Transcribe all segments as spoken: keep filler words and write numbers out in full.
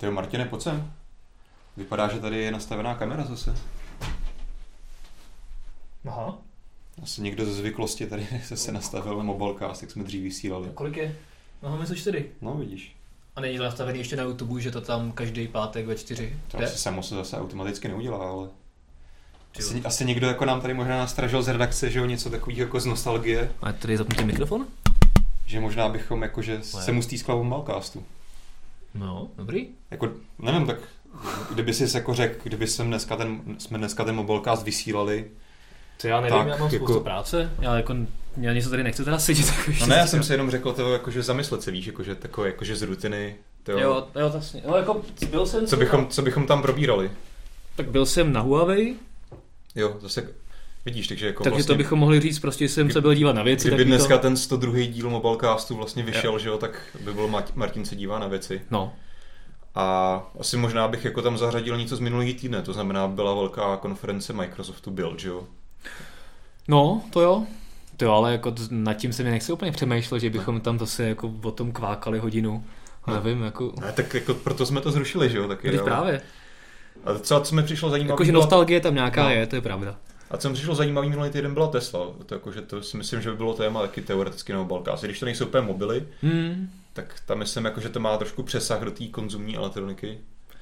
Tyjo, Martine, pojď sem. Vypadá, že tady je nastavená kamera zase. Aha. Asi někdo ze zvyklosti tady se nastavil na Mobilecast, jak jsme dřív vysílali. A kolik je? No, máme se čtyři. No, vidíš. A není to nastavený ještě na YouTube, že to tam každý pátek ve čtyři? To jde? asi samo se zase automaticky neudělá, ale... Asi, asi někdo jako nám tady možná nastražil z redakce, že jo, něco takového jako z nostalgie. A tady zapnutý mikrofon? Že možná bychom jakože se mu stýskla v Mobilecastu. No, dobrý. Jako, nevím, tak kdyby jsi jako řekl, kdyby jsem dneska ten, jsme dneska ten Mobilecast vysílali. To já nevím, tak, já mám spoustu jako... práce, já jako, já ani se tady nechci teda sedět. Jako no ne, já jsem si jenom řekl to, jakože zamyslet se, víš, jakože takové, jakože z rutiny. To, jo, jo, vlastně. No, jako byl jsem... Co bychom, co bychom tam probírali? Tak byl jsem na Huawei. Jo, zase... Vidíš, takže jako takže vlastně, to bychom mohli říct, prostě jsem se byl dívat na věci. Kdyby dneska to... ten sto druhý díl Mobilecastu vlastně vyšel, že jo, tak by byl Martin se dívá na věci. No. A asi možná bych jako tam zařadil něco z minulý týdne, to znamená byla velká konference Microsoftu Build, že jo? No, to jo. To jo, ale jako nad tím se mi nechci úplně přemýšlet, že bychom tam zase jako o tom kvákali hodinu. No. Nevím, jako... Ne, tak jako proto jsme to zrušili, že jo? Taky, Když právě. A co, co mi přišlo zajímavé... Jakože nostalgie tam nějaká no. je, to je pravda. A co mi přišlo zajímavý minulý týden byla Tesla. To, jako, že to si myslím, že by bylo téma taky teoreticky na Mobilecast. Když to nejsou úplně mobily, hmm. tak tam myslím, jako, že to má trošku přesah do té konzumní elektroniky.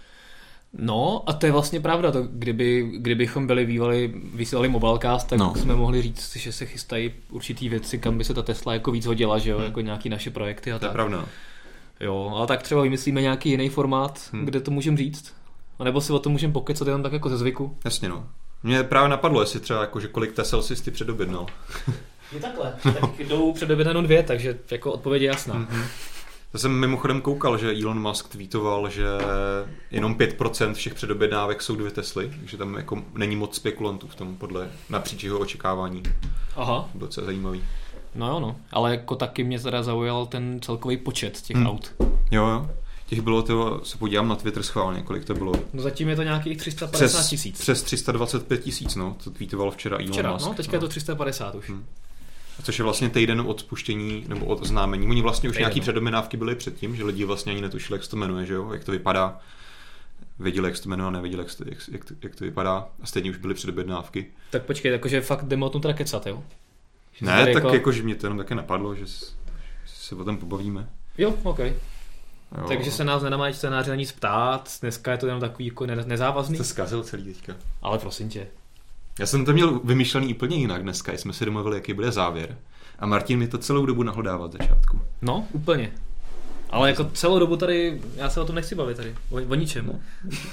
No a to je vlastně pravda. To, kdyby, kdybychom byli vývali, vysílali Mobilecast, tak no. jsme mohli říct, že se chystají určitý věci, kam by se ta Tesla jako víc hodila, že jo, hmm. jako nějaký naše projekty a to tak. To je pravda. Jo, ale tak třeba vymyslíme nějaký jiný formát, hmm. kde to můžeme říct. A nebo si o tom můžeme pokecat jenom tak jako ze zvyku. Jasně no. Mě právě napadlo, jestli třeba jako, že kolik Tesel jsi ty předobjednal. Je takhle. Tak jdou předobjednanou dvě, takže jako odpověď je jasná. Mm-hmm. To jsem mimochodem koukal, že Elon Musk tweetoval, že jenom pět procent všech předobjednávek jsou dvě Tesly, že tam jako není moc spekulantů v tom podle napříč jeho očekávání. Aha. Docela zajímavý. No jo no, ale jako taky mě teda zaujal ten celkový počet těch hmm. aut. Jo jo. Těch bylo to, se podívám na Twitter schválně, kolik to bylo. No zatím je to nějakých tři sta padesát tisíc. Přes, přes tři sta dvacet pět tisíc, no, to tweetoval včera Elon včera, Musk. no, teďka no. je to tři sta padesát už. Hmm. A což je vlastně týden od spuštění, nebo od oznámení. Oni vlastně už týden, nějaký no. předobjednávky byly předtím, že lidi vlastně ani netušili, jak se to jmenuje, že jo, jak to vypadá. Věděli, jak se to jmenuje a nevěděli, jak, jak, jak, to, jak to vypadá. A stejně už byly předobjednávky. Tak počkej, jakože fakt jdeme o tom teda kecat, jo? Že ne, tak jako... jakože mě to jenom také napadlo, že se o tom pobavíme. Jo, ok. Jo. Takže se nás nenamají scénáři na nic ptát, dneska je to jenom takový jako nezávazný. To zkazil celý teďka. Ale prosím tě. Já jsem to měl vymyšlený úplně jinak dneska, jsme si domluvili, jaký bude závěr. A Martin mi to celou dobu nahlodává od začátku. No, úplně. Ale jako celou dobu tady, já se o tom nechci bavit tady, o, o ničem. No.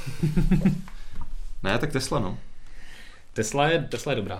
Ne, tak Tesla, no. Tesla je, Tesla je dobrá.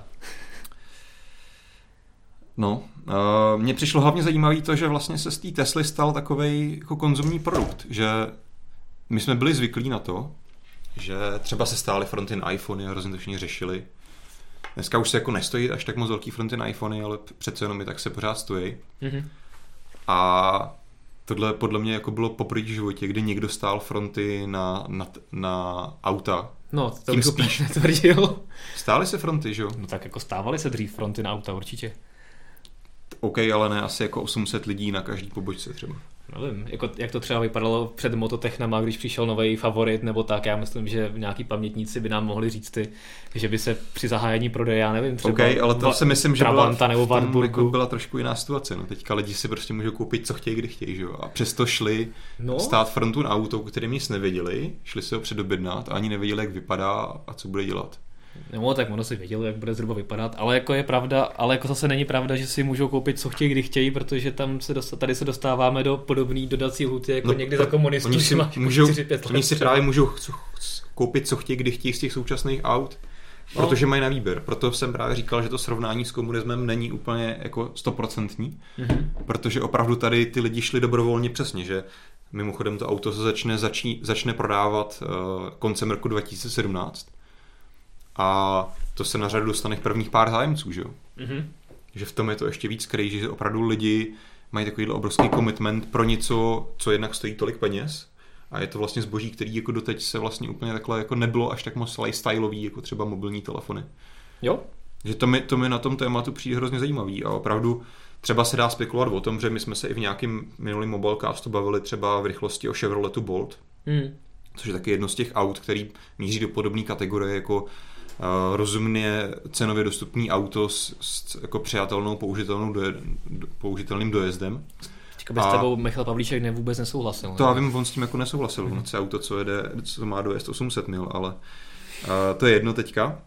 No, uh, mně přišlo hlavně zajímavé to, že vlastně se z té Tesly stal takovej jako konzumní produkt, že my jsme byli zvyklí na to, že třeba se stály fronty na iPhony a hrozně to všichni řešili. Dneska už se jako nestojí až tak moc velký fronty na iPhony, ale přece jenom i tak se pořád stojí. Mm-hmm. A tohle podle mě jako bylo poprvé v životě, kdy někdo stál fronty na, na, na auta. No, to bych spíš netvrdil. Stály se fronty, že jo? No tak jako stávaly se dřív fronty na auta, určitě. OK, ale ne asi jako osm set lidí na každý pobočce třeba. Nevím, jako, jak to třeba vypadalo před Mototechnama, když přišel nový favorit nebo tak, já myslím, že nějaký pamětníci by nám mohli říct ty, že by se při zahájení prodeje, já nevím, třeba OK, ale to si myslím, že byla, nebo v tom jako byla trošku jiná situace, no teďka lidi si prostě můžou koupit, co chtějí, kdy chtějí, že jo, a přesto šli no. stát frontu na auto, kterým nic nevěděli, šli si ho předobjednat a ani nevěděli, jak vypadá a co bude dělat. No, tak ono si vědělo, jak bude zhruba vypadat, ale jako je pravda, ale jako zase není pravda, že si můžou koupit, co chtějí, kdy chtějí, protože tam se dostat, tady se dostáváme do podobné dodací lhuty, jako no, někdy za komunistů. Oni si, můžou, oni si právě můžou koupit, co chtějí, kdy chtějí z těch současných aut, no. protože mají na výběr. Proto jsem právě říkal, že to srovnání s komunismem není úplně jako stoprocentní, mm-hmm. protože opravdu tady ty lidi šli dobrovolně přesně, že mimochodem to auto se začne, začí, začne prodávat uh, koncem roku dva tisíce sedmnáct. A to se na řadu dostane prvních pár zájemců, že jo? Mm-hmm. Že v tom je to ještě víc crazy, že opravdu lidi mají takovýhle obrovský commitment pro něco, co jednak stojí tolik peněz a je to vlastně zboží, který jako doteď se vlastně úplně takhle jako nebylo až tak moc lifestyleový, jako třeba mobilní telefony. Jo. Že to mi, to mi na tom tématu přijde hrozně zajímavý a opravdu třeba se dá spekulovat o tom, že my jsme se i v nějakém minulém Mobilecastu bavili třeba v rychlosti o Chevroletu Bolt, mm. což je taky jedno z těch aut, který míří do podobné kategorie jako uh, rozumně cenově dostupný auto s, s jako přijatelnou použitelnou doje, do, použitelným dojezdem. Bez tebou Michal Pavlíček ne, vůbec nesouhlasil. To já vím, on s tím jako nesouhlasil. Mm. On chce auto, co jede, co má dojezd osm set mil, ale uh, to je jedno teďka.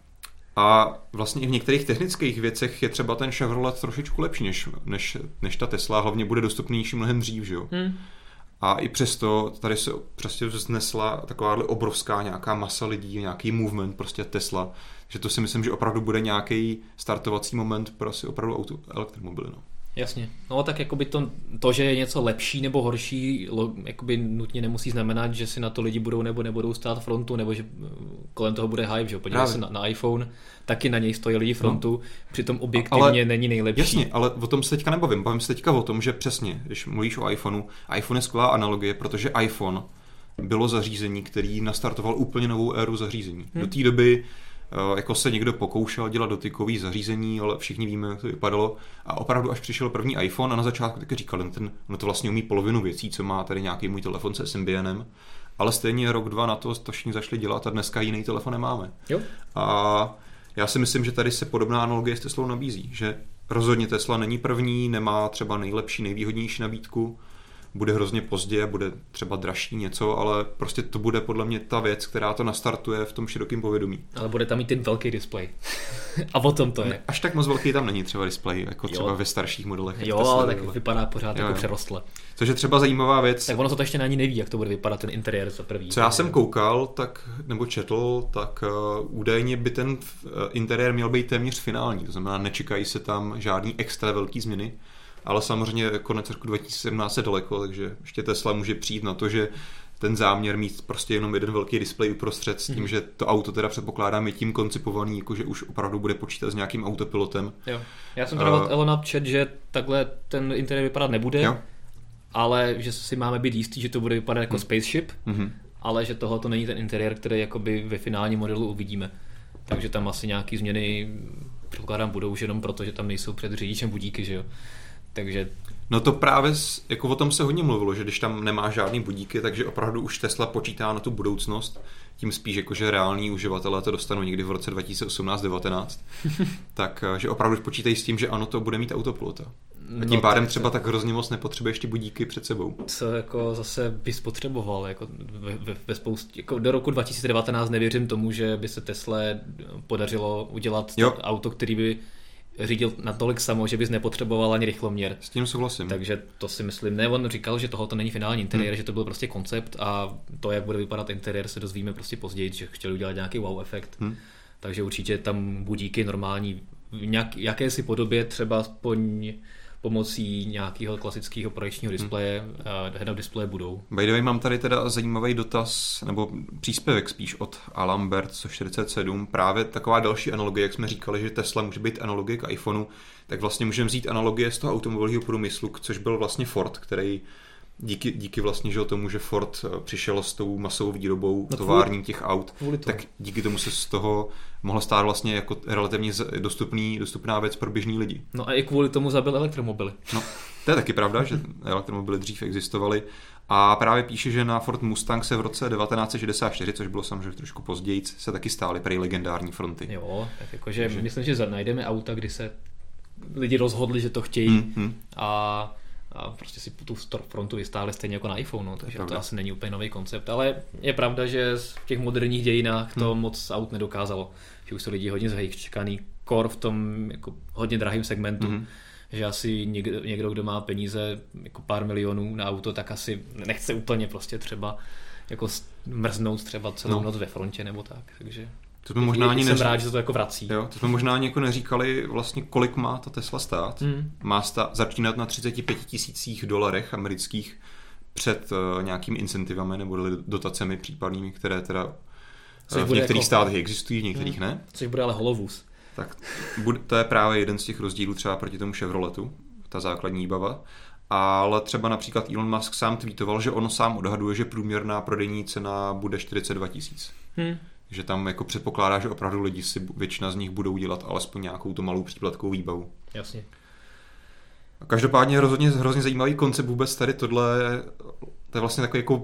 A vlastně i v některých technických věcech je třeba ten Chevrolet trošičku lepší než, než, než ta Tesla, hlavně bude dostupnější mnohem dřív, že jo. Hmm. A i přesto tady se prostě vznesla takováhle obrovská nějaká masa lidí, nějaký movement, prostě Tesla, že to si myslím, že opravdu bude nějaký startovací moment pro asi opravdu auto, elektromobily, no. Jasně. No tak jakoby to, to, že je něco lepší nebo horší, jakoby nutně nemusí znamenat, že si na to lidi budou nebo nebudou stát frontu, nebo že kolem toho bude hype, že jo. Podívej se na, na iPhone, taky na něj stojí lidi frontu, no. Přitom objektivně ale, není nejlepší. Jasně, ale o tom se teďka nebavím. Bavím se teďka o tom, že přesně, když mluvíš o iPhoneu, iPhone je skvělá analogie, protože iPhone bylo zařízení, který nastartoval úplně novou éru zařízení. Hmm. Do té doby jako se někdo pokoušel dělat dotykový zařízení, ale všichni víme, jak to vypadalo. A opravdu až přišel první iPhone a na začátku taky říkal, ten, ono to vlastně umí polovinu věcí, co má tady nějaký můj telefon se Symbianem, ale stejně rok, dva na to všichni zašli dělat a dneska jiný telefon nemáme. Jo. A já si myslím, že tady se podobná analogie s Teslou nabízí, že rozhodně Tesla není první, nemá třeba nejlepší, nejvýhodnější nabídku, bude hrozně pozdě, bude třeba dražší něco, ale prostě to bude podle mě ta věc, která to nastartuje v tom širokém povědomí. Ale bude tam i ten velký displej. A o tom to je. Ne, až tak moc velký tam není třeba displej, jako jo. Třeba ve starších modelech. Jo, ale tak vypadá pořád jo, jako přerostle. Což je třeba zajímavá věc. Tak ono to ještě ani neví, jak to bude vypadat ten interiér za první. Co já jsem koukal, tak, nebo četl, tak uh, údajně by ten uh, interiér měl být téměř finální, to znamená, nečekají se tam žádný extra velký změny. Ale samozřejmě konec roku dva tisíce sedmnáct je daleko, takže ještě Tesla může přijít na to, že ten záměr mít prostě jenom jeden velký displej uprostřed s tím, mm. že to auto teda předpokládám je tím koncipovaný, jako že už opravdu bude počítat s nějakým autopilotem. Jo. Já jsem teda od Elona čet, že takhle ten interiér vypadat nebude, jo. Ale že si máme být jistý, že to bude vypadat jako mm. spaceship, mm-hmm. ale že tohle to není ten interiér, který jakoby ve finálním modelu uvidíme. Takže tam asi nějaký změny předpokládám budou už jenom proto, že tam nejsou před řidičem budíky, že jo. Takže... No to právě, jako o tom se hodně mluvilo, že když tam nemá žádný budíky, takže opravdu už Tesla počítá na tu budoucnost, tím spíš jako, že reální uživatelé to dostanou někdy v roce dva tisíce osmnáct devatenáct, tak že opravdu už počítají s tím, že ano, to bude mít autopilota. A tím no, pádem tak třeba tak hrozně moc nepotřebuje ještě budíky před sebou. Co jako zase bys potřeboval, jako ve, ve, ve spoustě, jako do roku dva tisíce devatenáct nevěřím tomu, že by se Tesle podařilo udělat auto, který by řídil natolik samo, že bys nepotřeboval ani rychloměr. S tím souhlasím. Takže to si myslím, ne, on říkal, že tohle není finální interiér, hmm. že to byl prostě koncept a to, jak bude vypadat interiér, se dozvíme prostě později, že chtěli udělat nějaký wow efekt. Hmm. Takže určitě tam budíky normální v nějak, jakési podobě, třeba aspoň pomocí nějakého klasického projekčního displeje, hmm. head-up displeje budou. By the way, mám tady teda zajímavý dotaz, nebo příspěvek spíš od Alambert sto čtyřicet sedm, právě taková další analogie, jak jsme říkali, že Tesla může být analogie k iPhoneu, tak vlastně můžeme vzít analogie z toho automobilového průmyslu, což byl vlastně Ford, který díky, díky vlastně že tomu, že Ford přišel s tou masovou výrobou no, tovární těch aut, tak díky tomu se z toho mohla stát vlastně jako relativně dostupný, dostupná věc pro běžní lidi. No a i kvůli tomu zabil elektromobily. No, to je taky pravda, že elektromobily dřív existovaly. A právě píše, že na Ford Mustang se v roce devatenáct set šedesát čtyři, což bylo samozřejmě trošku později, se taky stály prej legendární fronty. Jo, tak jakože Takže... myslím, že najdeme auta, kdy se lidi rozhodli, že to chtějí hmm, hmm. a a prostě si tu frontu vystáhli stejně jako na iPhone, no, takže to, to asi není úplně nový koncept, ale je pravda, že v těch moderních dějinách to hmm. moc aut nedokázalo, že už jsou lidi hodně zhejčkaný, core v tom jako hodně drahým segmentu, hmm. že asi někdo, někdo, kdo má peníze jako pár milionů na auto, tak asi nechce úplně prostě třeba jako mrznout třeba celou no. noc ve frontě nebo tak, takže... To jsme možná ani jsem neři... rád, že to jako vrací. Jo, to jsme možná ani jako neříkali vlastně, kolik má ta Tesla stát. Mm. Má stát, začínat na třicet pět tisících dolarech amerických před uh, nějakými incentivami nebo dotacemi případnými, které teda uh, v některých jako... státech existují, v některých mm. ne. Což bude ale holovůz. Tak bude, to je právě jeden z těch rozdílů třeba proti tomu Chevroletu, ta základní výbava. Ale třeba například Elon Musk sám tweetoval, že on sám odhaduje, že průměrná prodejní cena bude čtyřicet dva tisíc. Mm. Že tam jako předpokládá, že opravdu lidi si většina z nich budou dělat alespoň nějakou tu malou příplatkovou výbavu. Jasně. Každopádně je rozhodně hrozně zajímavý koncept vůbec tady tohle, to je vlastně takový jako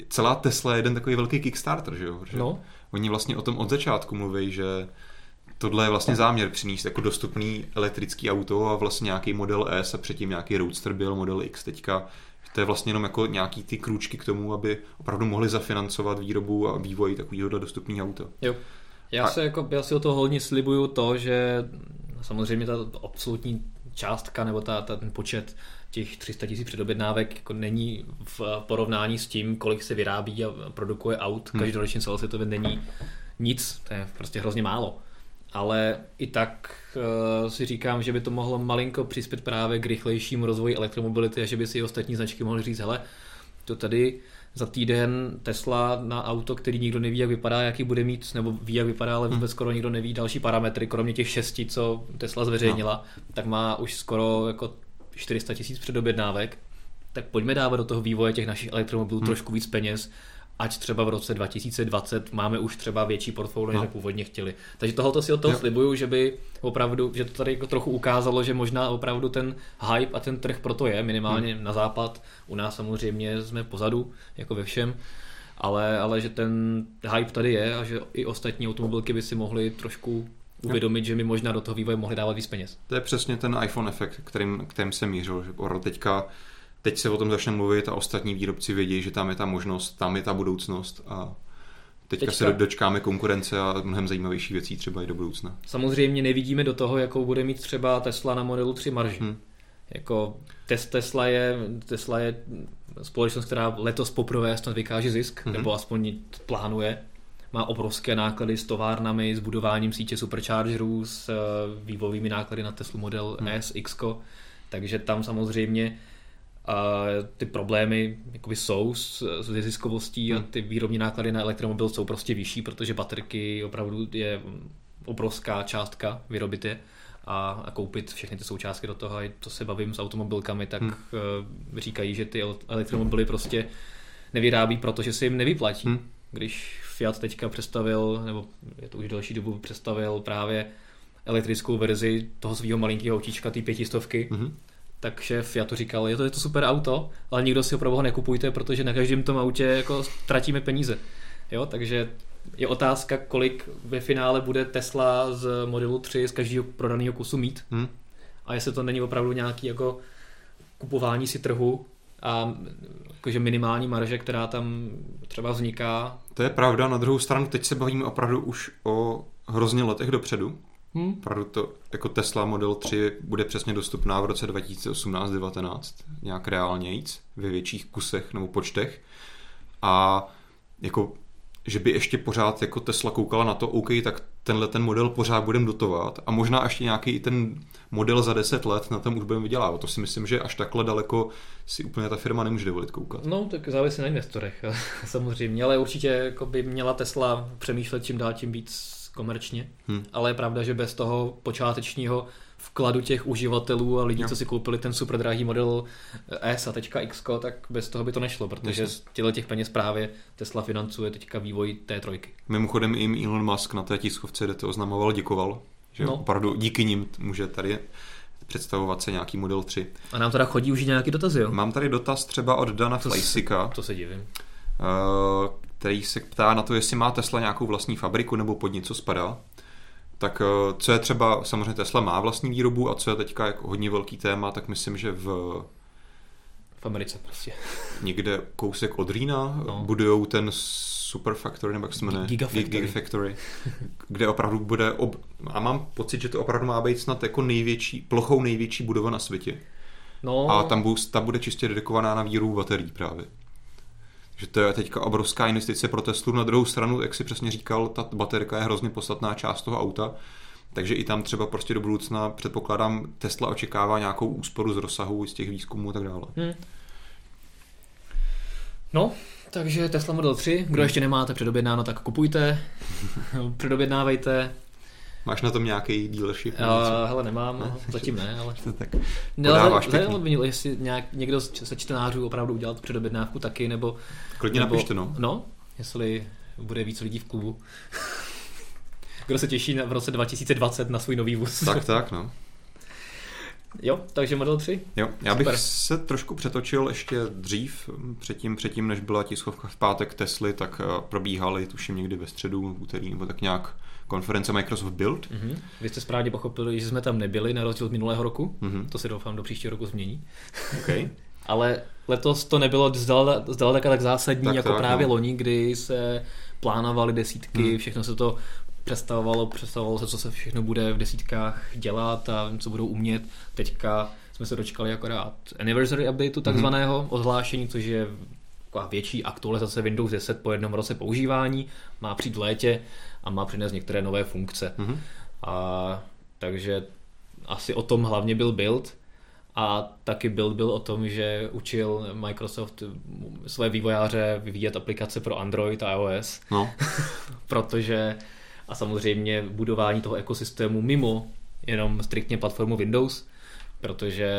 celá Tesla je jeden takový velký Kickstarter, že jo? Že no. Oni vlastně o tom od začátku mluví, že tohle je vlastně záměr přinést jako dostupný elektrický auto a vlastně nějaký model S a předtím nějaký Roadster byl model X teďka. To je vlastně jenom jako nějaký ty krůčky k tomu, aby opravdu mohli zafinancovat výrobu a vývoj takového dostupného auta. Jo. Já, a... se jako, já si o to hodně slibuju to, že samozřejmě ta absolutní částka nebo ta, ta, ten počet těch tři sta tisíc předobjednávek jako není v porovnání s tím, kolik se vyrábí a produkuje aut. Hmm. Každoročně celosvětově není nic, to je prostě hrozně málo. Ale i tak uh, si říkám, že by to mohlo malinko přispět právě k rychlejšímu rozvoji elektromobility a že by si i ostatní značky mohly říct, hele, to tady za týden Tesla na auto, který nikdo neví, jak vypadá, jaký bude mít, nebo ví, jak vypadá, ale vůbec skoro nikdo neví další parametry, kromě těch šesti, co Tesla zveřejnila, no. tak má už skoro jako čtyři sta tisíc předobjednávek. Tak pojďme dávat do toho vývoje těch našich elektromobilů hmm. trošku víc peněz, ať třeba v roce dva tisíce dvacet máme už třeba větší portfolio, než no. původně chtěli. Takže tohoto si od toho jo. slibuju, že by opravdu, že to tady jako trochu ukázalo, že možná opravdu ten hype a ten trh proto je, minimálně hmm. na západ. U nás samozřejmě jsme pozadu, jako ve všem, ale, ale že ten hype tady je a že i ostatní automobilky by si mohly trošku uvědomit, jo. že my možná do toho vývoje mohli dávat víc peněz. To je přesně ten iPhone efekt, kterým, kterým jsem mířil, že teďka Teď se o tom začne mluvit a ostatní výrobci vědí, že tam je ta možnost, tam je ta budoucnost a teďka, teďka se dočkáme konkurence a mnohem zajímavější věcí třeba i do budoucna. Samozřejmě nevidíme do toho, jakou bude mít třeba Tesla na modelu tři marži. Hmm. Jako Tesla je, Tesla je společnost, která letos poprvé snad vykáže zisk, hmm. nebo aspoň plánuje. Má obrovské náklady s továrnami, s budováním sítě superchargerů, s vývojovými náklady na Tesla Model hmm. S, X, takže tam samozřejmě a ty problémy jakoby jsou s, s ziskovostí hmm. a ty výrobní náklady na elektromobil jsou prostě vyšší, protože baterky opravdu je obrovská částka vyrobit je a, a koupit všechny ty součástky do toho. A to se bavím s automobilkami, tak hmm. uh, říkají, že ty elektromobily prostě nevyrábí, protože se jim nevyplatí. Hmm. Když Fiat teďka představil, nebo je to už delší dobu představil právě elektrickou verzi toho svého malinkého autíčka, ty pětistovky, hmm. tak šéf Fiatu říkal, je to, je to super auto, ale nikdo si ho pro boha nekupujte, protože na každém tom autě jako ztratíme peníze. Jo, takže je otázka, kolik ve finále bude Tesla z modelu tři z každého prodaného kusu mít. Hmm. A jestli to není opravdu nějaký jako kupování si trhu a jakože minimální marže, která tam třeba vzniká. To je pravda, na druhou stranu teď se bavíme opravdu už o hrozně letech dopředu. Hmm. Opravdu to jako Tesla Model tři bude přesně dostupná v roce dva tisíce osmnáct devatenáct, nějak reálnějc, ve větších kusech nebo počtech. A jako, že by ještě pořád jako Tesla koukala na to, OK, tak tenhle ten model pořád budeme dotovat a možná ještě nějaký ten model za deset let na tom už budeme vydělávat. To si myslím, že až takhle daleko si úplně ta firma nemůže dovolit koukat. No, tak závisí na investorech, samozřejmě, ale určitě jako by měla Tesla přemýšlet čím dál tím víc komerčně, hmm. ale je pravda, že bez toho počátečního vkladu těch uživatelů a lidí, jo. co si koupili ten super drahý model S a teďka X, tak bez toho by to nešlo, protože z těch peněz právě Tesla financuje teďka vývoj té trojky. Mimochodem jim Elon Musk na té tiskovce, kde to oznamoval, děkoval, že no. opravdu díky nim může tady představovat se nějaký Model tři. A nám teda chodí už nějaký dotazy, jo? Mám tady dotaz třeba od Dana Flejsika. To se divím. Uh, který se ptá na to, jestli má Tesla nějakou vlastní fabriku nebo pod něco spadá. Tak uh, co je třeba, samozřejmě Tesla má vlastní výrobu a co je teďka jako hodně velký téma, tak myslím, že v v Americe prostě. Někde kousek od Rýna no. budujou ten Super Factory, nebo jak se jmenuje? Gigafactory. Gigafactory, kde opravdu bude, ob... a mám pocit, že to opravdu má být snad jako největší, plochou největší budova na světě. No. A tam bu- ta bude čistě dedikovaná na výrobu baterií právě. Že to je teďka obrovská investice pro Teslu. Na druhou stranu, jak si přesně říkal, ta baterka je hrozně podstatná část toho auta, takže i tam třeba prostě do budoucna předpokládám, Tesla očekává nějakou úsporu z rozsahu, z těch výzkumů a tak dále. Hmm. No, takže Tesla Model tři, kdo hmm. ještě nemáte předobjednáno, tak kupujte, předobjednávejte. Máš na tom nějaký dealership? Uh, hele, nemám, ne? zatím ne, ale... tak podáváš pěkný. Jestli nějak, někdo se čtenářů opravdu udělal předobjednávku taky, nebo... Klidně nebo, napište, no. No, jestli bude víc lidí v klubu. Kdo se těší v roce dva tisíce dvacet na svůj nový vůz. Tak, tak, no. Jo, takže Model tři. Jo, já bych Super. se trošku přetočil ještě dřív, předtím, předtím, než byla tiskovka v pátek Tesly, tak probíhaly, tuším někdy ve středu, v úterý, nebo tak nějak konference Microsoft Build. Mm-hmm. Vy jste správně pochopili, že jsme tam nebyli, na rozdíl od minulého roku. Mm-hmm. To se doufám do příštího roku změní. Okay. Ale letos to nebylo zdaleka tak zásadní tak, jako tak, právě no. loni, kdy se plánovaly desítky, mm. všechno se to představovalo, představovalo se, co se všechno bude v desítkách dělat a co budou umět. Teďka jsme se dočkali akorát anniversary updateu takzvaného, mm. ohlášení, což je taková větší aktualizace Windows deset po jednom roce používání, má přijít v létě a má přinést některé nové funkce. Mm. A takže asi o tom hlavně byl build. A taky build byl o tom, že učil Microsoft své vývojáře vyvíjet aplikace pro Android a iOS. No. Protože a samozřejmě budování toho ekosystému mimo jenom striktně platformu Windows, protože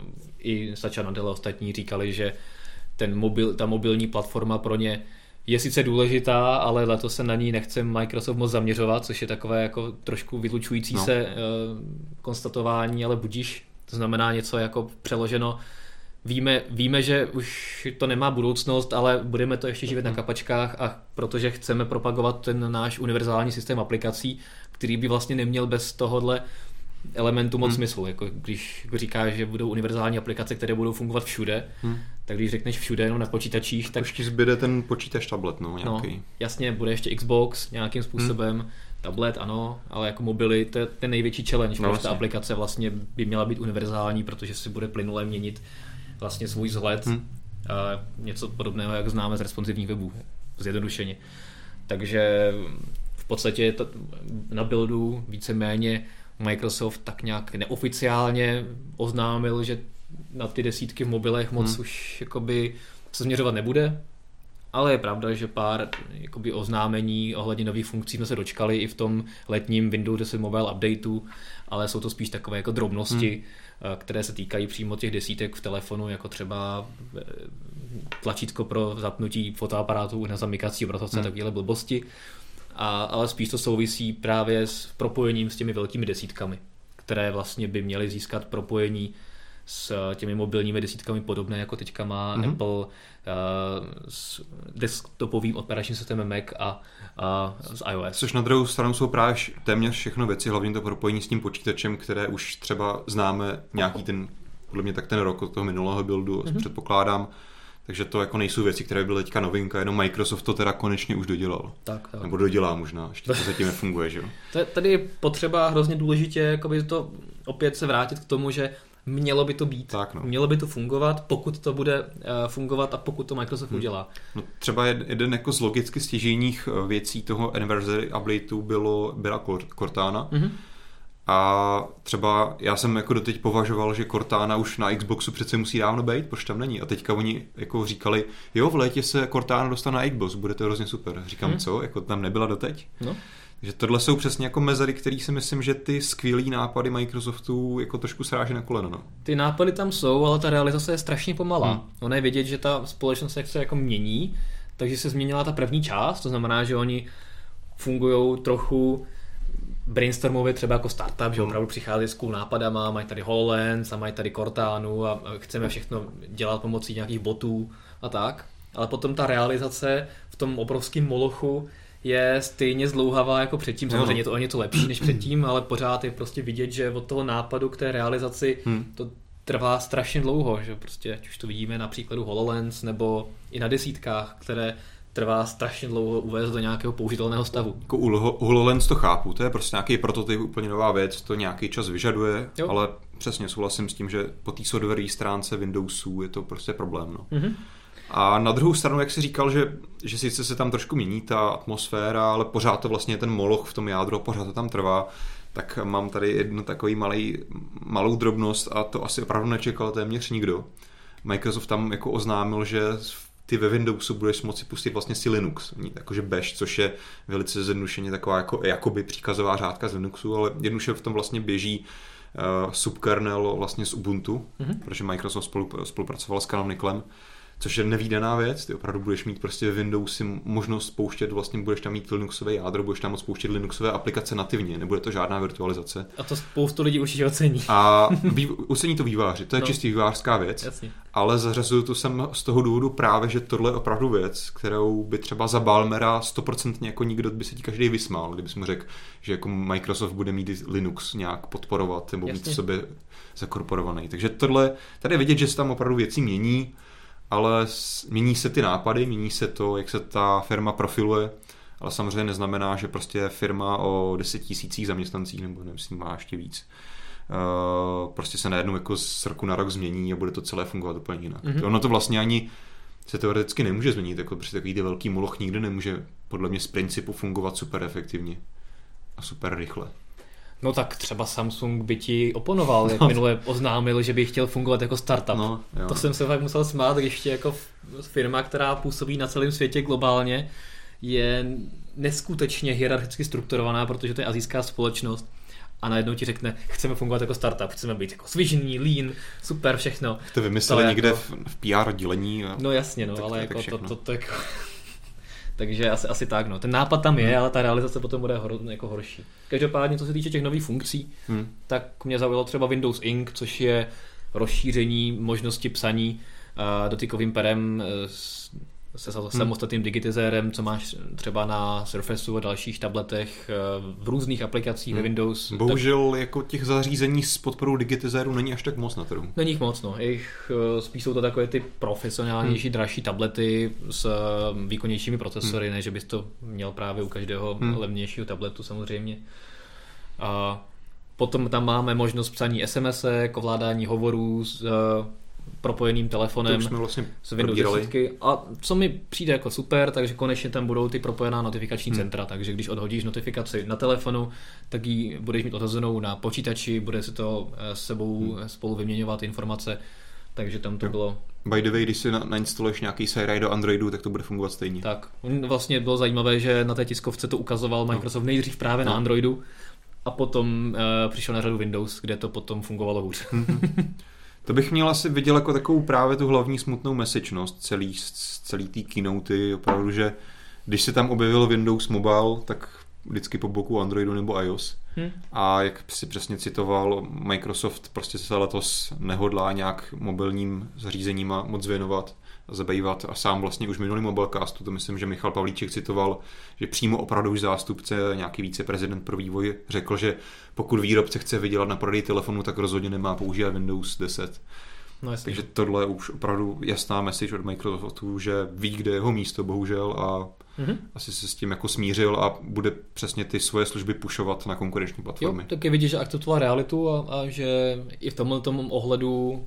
i Satya Nadella ostatní říkali, že ten mobil, ta mobilní platforma pro ně je sice důležitá, ale letos se na ní nechce Microsoft moc zaměřovat, což je takové jako trošku vylučující no. se uh, konstatování, ale budíš. To znamená něco jako přeloženo, víme, víme, že už to nemá budoucnost, ale budeme to ještě živit na kapačkách a protože chceme propagovat ten náš univerzální systém aplikací, který by vlastně neměl bez tohohle elementu moc hmm. smyslu. Jako když říkáš, že budou univerzální aplikace, které budou fungovat všude, hmm. tak když řekneš všude jenom na počítačích, tak... Ještě zbyde ten počítač tablet, no, nějaký. No, jasně, bude ještě Xbox nějakým způsobem, hmm. tablet, ano, ale jako mobily, to je ten největší challenge, no, protože ta aplikace vlastně by měla být univerzální, protože si bude plynule měnit vlastně svůj vzhled. Hmm. A něco podobného, jak známe z responsivních webů, zjednodušeně. Takže v podstatě je to na buildu víceméně Microsoft tak nějak neoficiálně oznámil, že na ty desítky v mobilech moc hmm. už jakoby se změřovat nebude. Ale je pravda, že pár jakoby oznámení ohledně nových funkcí jsme se dočkali i v tom letním Windows deset Mobile updateu, ale jsou to spíš takové jako drobnosti, hmm. které se týkají přímo těch desítek v telefonu, jako třeba tlačítko pro zapnutí fotoaparátu na zamykací obrazovce, hmm. takovéhle blbosti. A, ale spíš to souvisí právě s propojením s těmi velkými desítkami, které vlastně by měly získat propojení s těmi mobilními desítkami podobné, jako teďka má mm-hmm. Apple uh, s desktopovým operačním systémem Mac a, a s iOS. Což na druhou stranu jsou právě téměř všechno věci, hlavně to propojení s tím počítačem, které už třeba známe nějaký ten, podle mě tak ten rok od toho minulého buildu, mm-hmm. předpokládám. Takže to jako nejsou věci, které byly teďka novinka, jenom Microsoft to teda konečně už dodělal. Tak, tak. Nebo dodělá možná, ještě to zatím nefunguje, že jo? Tady je potřeba hrozně důležitě jakoby to opět se vrátit k tomu, že mělo by to být, tak, no. mělo by to fungovat, pokud to bude uh, fungovat a pokud to Microsoft hmm. udělá. No, třeba jeden jako z logicky stěžejních věcí toho anniversary updateu bylo, byla Cortana. Mm-hmm. A třeba já jsem jako doteď považoval, že Cortana už na Xboxu přece musí dávno být, proč tam není. A teďka oni jako říkali, jo, v létě se Cortana dostane na Xbox, bude to hrozně super. Říkám, hmm. co? Jako tam nebyla doteď? No. Takže tohle jsou přesně jako mezery, které si myslím, že ty skvělý nápady Microsoftu jako trošku sráží na koleno. No. Ty nápady tam jsou, ale ta realizace je strašně pomalá. Hmm. Ono je vidět, že ta společnost se jako mění, takže se změnila ta první část, to znamená, že oni fungujou trochu brainstormově třeba jako startup, že opravdu přichází s cool nápadama, mají tady HoloLens a mají tady Cortánu a chceme všechno dělat pomocí nějakých botů a tak. Ale potom ta realizace v tom obrovském molochu je stejně zdlouhavá jako předtím. Samozřejmě je to o něco lepší než předtím, ale pořád je prostě vidět, že od toho nápadu k té realizaci hmm. to trvá strašně dlouho. Že prostě, ať už to vidíme na příkladu HoloLens nebo i na desítkách, které trvá strašně dlouho uvést do nějakého použitelného stavu. Jako u HoloLens to chápu, to je prostě nějaký prototyp, úplně nová věc, to nějaký čas vyžaduje, jo. Ale přesně souhlasím s tím, že po té softwarové stránce Windowsů je to prostě problém. No. Mm-hmm. A na druhou stranu, jak jsi říkal, že, že sice se tam trošku mění ta atmosféra, ale pořád to vlastně je ten moloch v tom jádru, pořád to tam trvá, tak mám tady jednu takový malý, malou drobnost a to asi opravdu nečekal téměř nikdo. Microsoft tam jako oznámil, že ty ve Windowsu budeš moci pustit vlastně si Linux, jakože bash, což je velice zjednodušeně taková jako, jakoby příkazová řádka z Linuxu, ale jednoduše v tom vlastně běží uh, subkernel vlastně z Ubuntu, mm-hmm. protože Microsoft spolu, spolupracoval s Calum Nicklem, což je nevídaná věc, ty opravdu budeš mít prostě ve Windowsi možnost spouštět, vlastně budeš tam mít Linuxové jádro, budeš tam moct spouštět Linuxové aplikace nativně, nebude to žádná virtualizace. A to spoustu lidí určitě ocení. A vý, ocení to výváři, to je no. čistě vývářská věc, Jasně. ale zařazuju to sem z toho důvodu právě, že tohle je opravdu věc, kterou by třeba za Balmera stoprocentně jako nikdo by se ti každý vysmál, kdybys mu řekl, že jako Microsoft bude mít Linux nějak podporovat nebo Jasně. mít v sobě zakorporovaný. Takže tohle, tady je vidět, že se tam opravdu věci mění, ale mění se ty nápady, mění se to, jak se ta firma profiluje, ale samozřejmě neznamená, že prostě firma o deset tisících zaměstnancích, nebo nevím, s ní má ještě víc, uh, prostě se najednou jako z roku na rok změní a bude to celé fungovat úplně jinak. Mm-hmm. Ono to vlastně ani se teoreticky nemůže změnit, jako prostě takový ty velký moloch nikdy nemůže podle mě z principu fungovat super efektivně a super rychle. No tak třeba Samsung by ti oponoval, jak no. minule oznámil, že by chtěl fungovat jako startup. No, to jsem se fakt musel smát, když tě jako firma, která působí na celém světě globálně, je neskutečně hierarchicky strukturovaná, protože to je asijská společnost a najednou ti řekne, chceme fungovat jako startup, chceme být jako svižný, lean, super, všechno. To vymysleli někde jako... v, v P R dělení. A... No jasně, no, ale jako to, to, to jako... Takže asi, asi tak, no. Ten nápad tam je, hmm. ale ta realizace potom bude hor, jako horší. Každopádně, co se týče těch nových funkcí, hmm. tak mě zaujalo třeba Windows Ink, což je rozšíření možnosti psaní uh, dotykovým perem s, se hmm. samostatným digitizérem, co máš třeba na Surfaceu a dalších tabletech uh, v různých aplikacích hmm. ve Windows. Bohužel tak... jako těch zařízení s podporou digitizéru není až tak moc na trhu. Není jich moc, no. Jich, uh, spíš jsou to takové ty profesionálnější, hmm. dražší tablety s uh, výkonnějšími procesory, hmm. ne, že bys to měl právě u každého hmm. levnějšího tabletu samozřejmě. A potom tam máme možnost psaní es em esek, ovládání hovorů s uh, propojeným telefonem vlastně s Windows deset. A co mi přijde jako super, takže konečně tam budou ty propojená notifikační hmm. centra, takže když odhodíš notifikaci na telefonu, tak ji budeš mít odhozenou na počítači, bude si to s sebou hmm. spolu vyměňovat informace, takže tam to jo. bylo... By the way, když si na, nainstaluješ nějaký Siri do Androidu, tak to bude fungovat stejně. Tak, vlastně bylo zajímavé, že na té tiskovce to ukazoval Microsoft no. nejdřív právě no. na Androidu a potom uh, přišel na řadu Windows, kde to potom fungovalo hůř. To bych měl asi viděl jako takovou právě tu hlavní smutnou messagnost celý, celý té keynoty, opravdu, že když se tam objevil Windows Mobile, tak vždycky po boku Androidu nebo iOS. Hmm. A jak si přesně citoval, Microsoft prostě se letos nehodlá nějak mobilním zařízeníma moc věnovat a zabývat a sám vlastně už minulý Mobilecastu, to myslím, že Michal Pavlíček citoval, že přímo opravdu už zástupce, nějaký viceprezident pro vývoj řekl, že pokud výrobce chce vydělat na prodej telefonu, tak rozhodně nemá používat Windows deset. No, takže tohle je už opravdu jasná message od Microsoftu, že ví, kde je jeho místo, bohužel, a mm-hmm. asi se s tím jako smířil a bude přesně ty svoje služby pušovat na konkurenční platformy. Jo, tak je vidět, že akceptoval realitu a, a že i v tomhle tom ohledu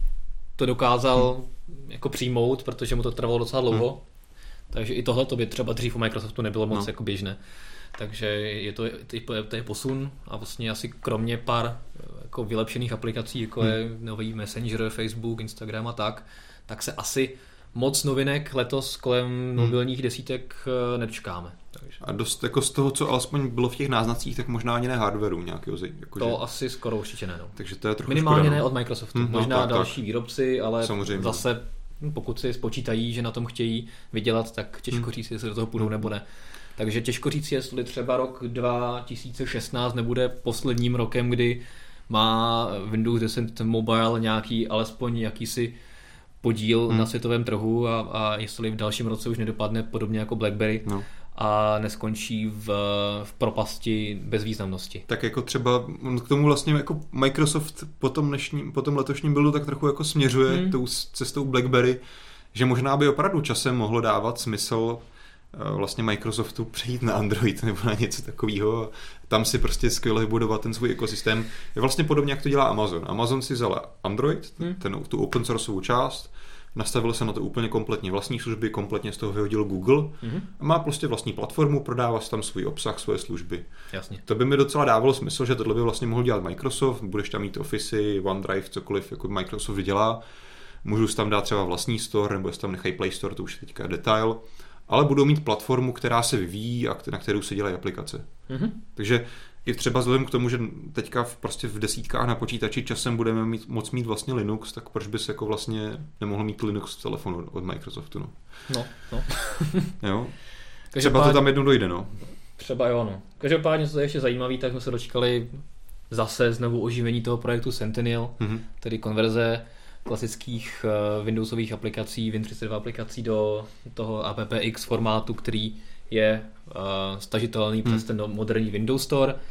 to dokázal hmm. jako přijmout, protože mu to trvalo docela dlouho. Hmm. Takže i tohle to by třeba dřív u Microsoftu nebylo moc no. jako běžné. Takže je to, to je posun a vlastně asi kromě pár jako vylepšených aplikací, jako hmm. je nový Messenger, Facebook, Instagram a tak, tak se asi moc novinek letos kolem hmm. mobilních desítek nedočkáme. Takže. A dost jako z toho, co alespoň bylo v těch náznacích, tak možná ani ne hardwareu nějakého. Jako to že... asi skoro určitě ne. No. Takže to je trochu minimálně škoda, ne no. od Microsoftu. Hmm, možná no, tak, další tak. výrobci, ale samozřejmě. Zase pokud si spočítají, že na tom chtějí vydělat, tak těžko hmm. říct, jestli do toho půjdou hmm. nebo ne. Takže těžko říct, jestli třeba rok dva tisíce šestnáct nebude posledním rokem, kdy má Windows deset Mobile nějaký alespoň jakýsi podíl hmm. na světovém trhu a, a jestli v dalším roce už nedopadne podobně jako BlackBerry no. a neskončí v, v propasti bezvýznamnosti. Tak jako třeba k tomu vlastně jako Microsoft po tom, dnešním, po tom letošním buildu tak trochu jako směřuje hmm. tou cestou BlackBerry, že možná by opravdu časem mohlo dávat smysl vlastně Microsoftu přejít na Android nebo na něco takového. Tam si prostě skvěle vybudovat ten svůj ekosystém. Je vlastně podobně, jak to dělá Amazon. Amazon si vzal Android, hmm. ten, tu open sourceovou část, nastavil se na to úplně kompletně vlastní služby, kompletně z toho vyhodil Google hmm. a má prostě vlastní platformu, prodává si tam svůj obsah, svoje služby. Jasně. To by mi docela dávalo smysl, že tohle by vlastně mohl dělat Microsoft, budeš tam mít Office, OneDrive, cokoliv jako Microsoft dělá. Můžu tam dát třeba vlastní store, nebo jestli tam nechají Play Store, to už je teďka detail. ale budou mít platformu, která se vyvíjí a na kterou se dělají aplikace. Mm-hmm. Takže i třeba vzhledem k tomu, že teďka v, prostě v desítkách na počítači časem budeme mít, moc mít vlastně Linux, tak proč bys jako vlastně nemohl mít Linux v telefonu od Microsoftu, no. No, no. Jo? Třeba to tam jednou dojde, no. Třeba jo, no. Každopádně, co je ještě zajímavé, tak jsme se dočkali zase znovu oživení toho projektu Sentinel, mm-hmm. tedy konverze klasických uh, Windowsových aplikací, Win třicet dva aplikací do toho appx formátu, který je uh, stažitelný hmm. přes ten moderní Windows Store, uh,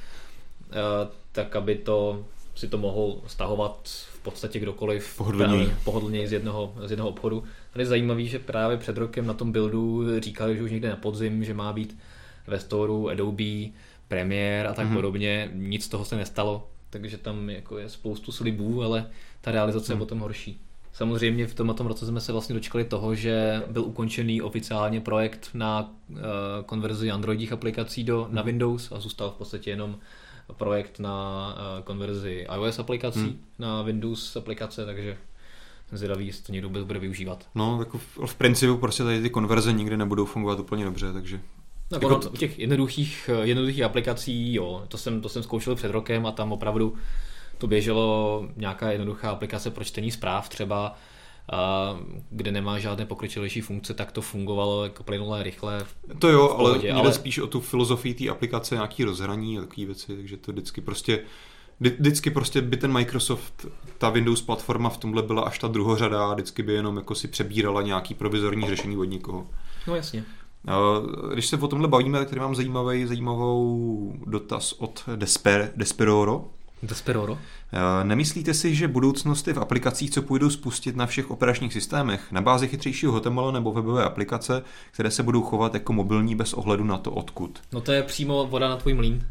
tak aby to si to mohl stahovat v podstatě kdokoliv pohodlněji, pohodlněji z, jednoho, z jednoho obchodu. Tady je zajímavý, že právě před rokem na tom buildu říkali, že už někde na podzim, že má být ve storu Adobe, Premiere a tak hmm. podobně. Nic z toho se nestalo, takže tam jako je spoustu slibů, ale ta realizace hmm. je potom horší. Samozřejmě v tomto roce jsme se vlastně dočkali toho, že byl ukončený oficiálně projekt na uh, konverzi Androidích aplikací do, na Windows a zůstal v podstatě jenom projekt na uh, konverzi iOS aplikací hmm. na Windows aplikace, takže zvědavý, jestli to někdo bude využívat. No, jako v, v principu prostě tady ty konverze nikdy nebudou fungovat úplně dobře, takže... No, jako t- těch jednoduchých, jednoduchých aplikací, jo, to jsem, to jsem zkoušel před rokem a tam opravdu to běželo nějaká jednoduchá aplikace pro čtení zpráv třeba, a kde nemá žádné pokročilejší funkce, tak to fungovalo jako plynulé, rychle. To jo, ale jde ale... spíš o tu filozofii té aplikace, nějaký rozhraní a takové věci, takže to vždycky prostě vždycky prostě by ten Microsoft, ta Windows platforma v tomhle byla až ta druhořada a vždycky by jenom jako si přebírala nějaký provizorní řešení od někoho. No jasně. Když se o tomhle bavíme, tak tady mám zajímavý, zajímavou dotaz od Desper, Desperoro. Desperoro. Nemyslíte si, že budoucnost je v aplikacích, co půjdou spustit na všech operačních systémech, na bázi chytřejšího H T M L nebo webové aplikace, které se budou chovat jako mobilní bez ohledu na to odkud? No to je přímo voda na tvůj mlýn.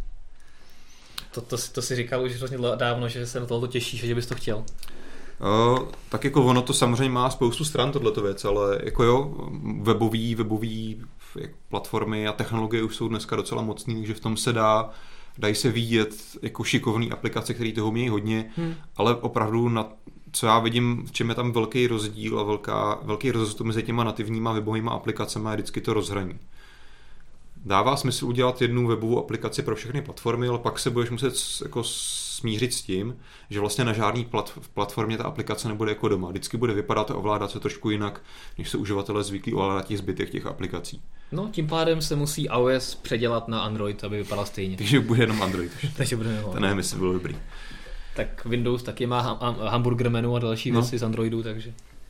To, to, to si říkal už hrozně dávno, že se na tohle těšíš a že bys to chtěl. Uh, tak jako ono to samozřejmě má spoustu stran tohleto věc, ale jako jo, webový, webový platformy a technologie už jsou dneska docela mocný, takže v tom se dá dají se vidět jako šikovný aplikace, které toho mějí hodně, hmm. ale opravdu na co já vidím, v čem je tam velký rozdíl a velká, velký rozdíl mezi těma nativníma webovými aplikacemi je vždycky to rozhraní. Dává smysl udělat jednu webovou aplikaci pro všechny platformy, ale pak se budeš muset jako smířit s tím, že vlastně na žádný plat, v platformě ta aplikace nebude jako doma. Vždycky bude vypadat a ovládat se trošku jinak, než se uživatelé zvyklí ovládat těch zbytek těch aplikací. No, tím pádem se musí iOS předělat na Android, aby vypadal stejně. Takže bude jenom Android. Takže bude jenom. To nevím, jestli bylo dobrý. Tak Windows taky má ham- hamburger menu a další no. věci z Androidu, takže...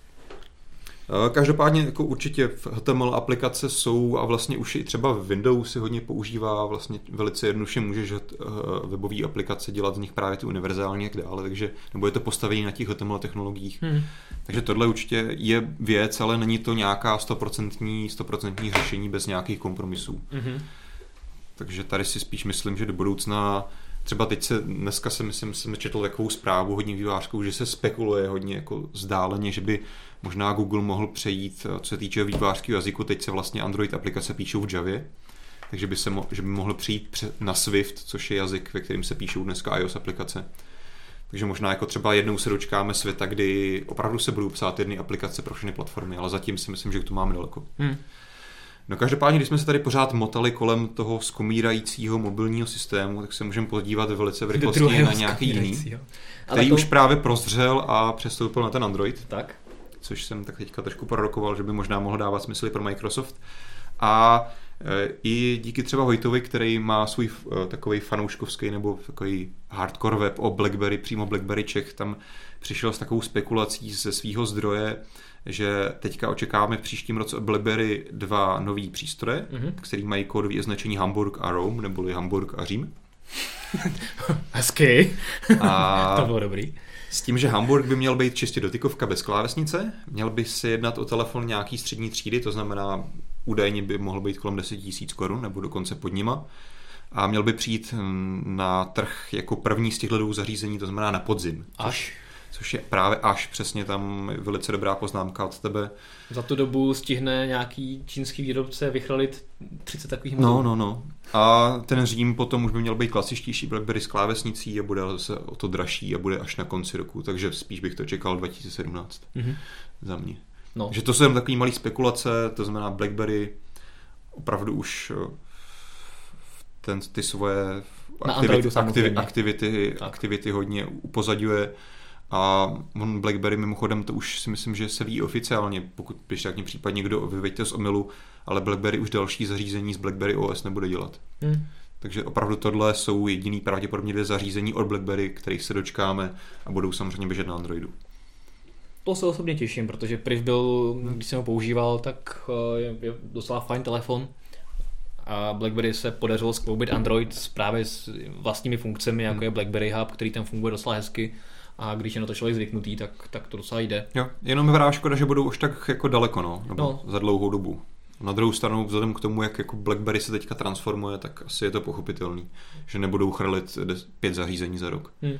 Každopádně jako určitě H T M L aplikace jsou a vlastně už i třeba Windows si hodně používá, vlastně velice jednoduše můžeš webové aplikace dělat z nich právě ty univerzální a tak dále, takže nebo je to postavení na těch H T M L technologiích. Hmm. Takže tohle určitě je věc, ale není to nějaká stoprocentní řešení bez nějakých kompromisů. Hmm. Takže tady si spíš myslím, že do budoucna třeba teď se, dneska se myslím, jsem četl takovou zprávu hodně vývojářskou, že se spekuluje hodně jako vzdáleně, že by možná Google mohl přejít, co se týče vývojářského jazyku, teď se vlastně Android aplikace píšou v Javě, takže by se mo, že by mohl přijít na Swift, což je jazyk, ve kterém se píšou dneska iOS aplikace. Takže možná jako třeba jednou se dočkáme světa, kdy opravdu se budou psát jedny aplikace pro všechny platformy, ale zatím si myslím, že k tomu máme daleko. Hmm. No každopádně, když jsme se tady pořád motali kolem toho skomírajícího mobilního systému, tak se můžeme podívat velice v rychlosti na nějaký jiný, který to... už právě prozřel a přestoupil na ten Android. Tak. Což jsem tak teďka trošku prorokoval, že by možná mohl dávat smysl pro Microsoft. A e, i díky třeba Vojtovi, který má svůj e, takový fanouškovský nebo takový hardcore web o BlackBerry, přímo BlackBerry Czech, tam přišel s takovou spekulací ze svého zdroje, že teďka očekáváme v příštím roce BlackBerry dva nový přístroje, mm-hmm. který mají kódové označení Hamburg a Rome, neboli Hamburg a Řím. Hezky. A to bylo dobrý. S tím, že Hamburg by měl být čistě dotykovka bez klávesnice, měl by se jednat o telefon nějaký střední třídy, to znamená údajně by mohl být kolem deset tisíc korun nebo dokonce pod nima. A měl by přijít na trh jako první z těchto dvou zařízení, to znamená na podzim. Až. Což je právě až, přesně tam velice dobrá poznámka od tebe. Za tu dobu stihne nějaký čínský výrobce vychralit třicet takových modelů. No, no, no. A ten Řím potom už by měl být klasičtější BlackBerry s klávesnicí a bude zase o to dražší a bude až na konci roku, takže spíš bych to čekal dva tisíce sedmnáct mm-hmm. za mě. No. Že to jsou jen takový malý spekulace, to znamená BlackBerry opravdu už ten, ty svoje aktivity, aktivity, aktivity, aktivity hodně upozadňuje a on BlackBerry mimochodem to už si myslím, že se ví oficiálně, pokud když tak mě případně někdo vyveďte z omylu, ale BlackBerry už další zařízení z BlackBerry O S nebude dělat. Hmm. Takže opravdu tohle jsou jediný pravděpodobně dvě zařízení od BlackBerry, kterých se dočkáme a budou samozřejmě běžet na Androidu. To se osobně těším, protože Priv byl, když jsem ho používal, tak je, je docela fajn telefon a BlackBerry se podařilo skloubit Android právě s vlastními funkcemi, jako hmm. je BlackBerry Hub, který tam funguje docela hezky a když je na to člověk zvyknutý, tak, tak to docela jde. Jo, jenom je škoda, že budou už tak jako daleko, no, nebo no. za dlouhou dobu. Na druhou stranu, vzhledem k tomu, jak jako BlackBerry se teďka transformuje, tak asi je to pochopitelný, že nebudou chrlit pět zařízení za rok. Hmm.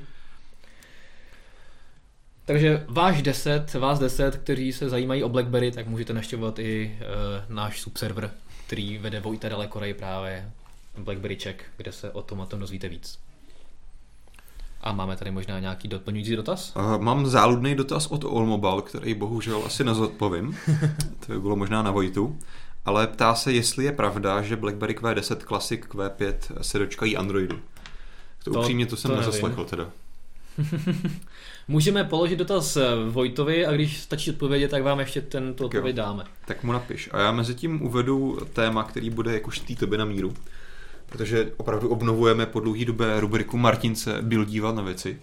Takže váš deset, vás deset, kteří se zajímají o BlackBerry, tak můžete navštěvovat i e, náš subserver, který vede Vojta Dalekorej právě BlackBerry Czech, kde se o tom a tom dozvíte víc. A máme tady možná nějaký doplňující dotaz? Uh, mám záludný dotaz od Allmobile, který bohužel asi nezodpovím. To by bylo možná na Vojtu. Ale ptá se, jestli je pravda, že BlackBerry Q deset Classic Q pět se dočkají Androidu. To, to upřímně to jsem to nezaslechl teda. Můžeme položit dotaz Vojtovi a když stačí odpovědět, tak vám ještě tento odpověď dáme. Tak mu napiš. A já mezi tím uvedu téma, který bude jako štý tobě na míru. Protože opravdu obnovujeme po dlouhý době rubriku Martince byl dívat na věci.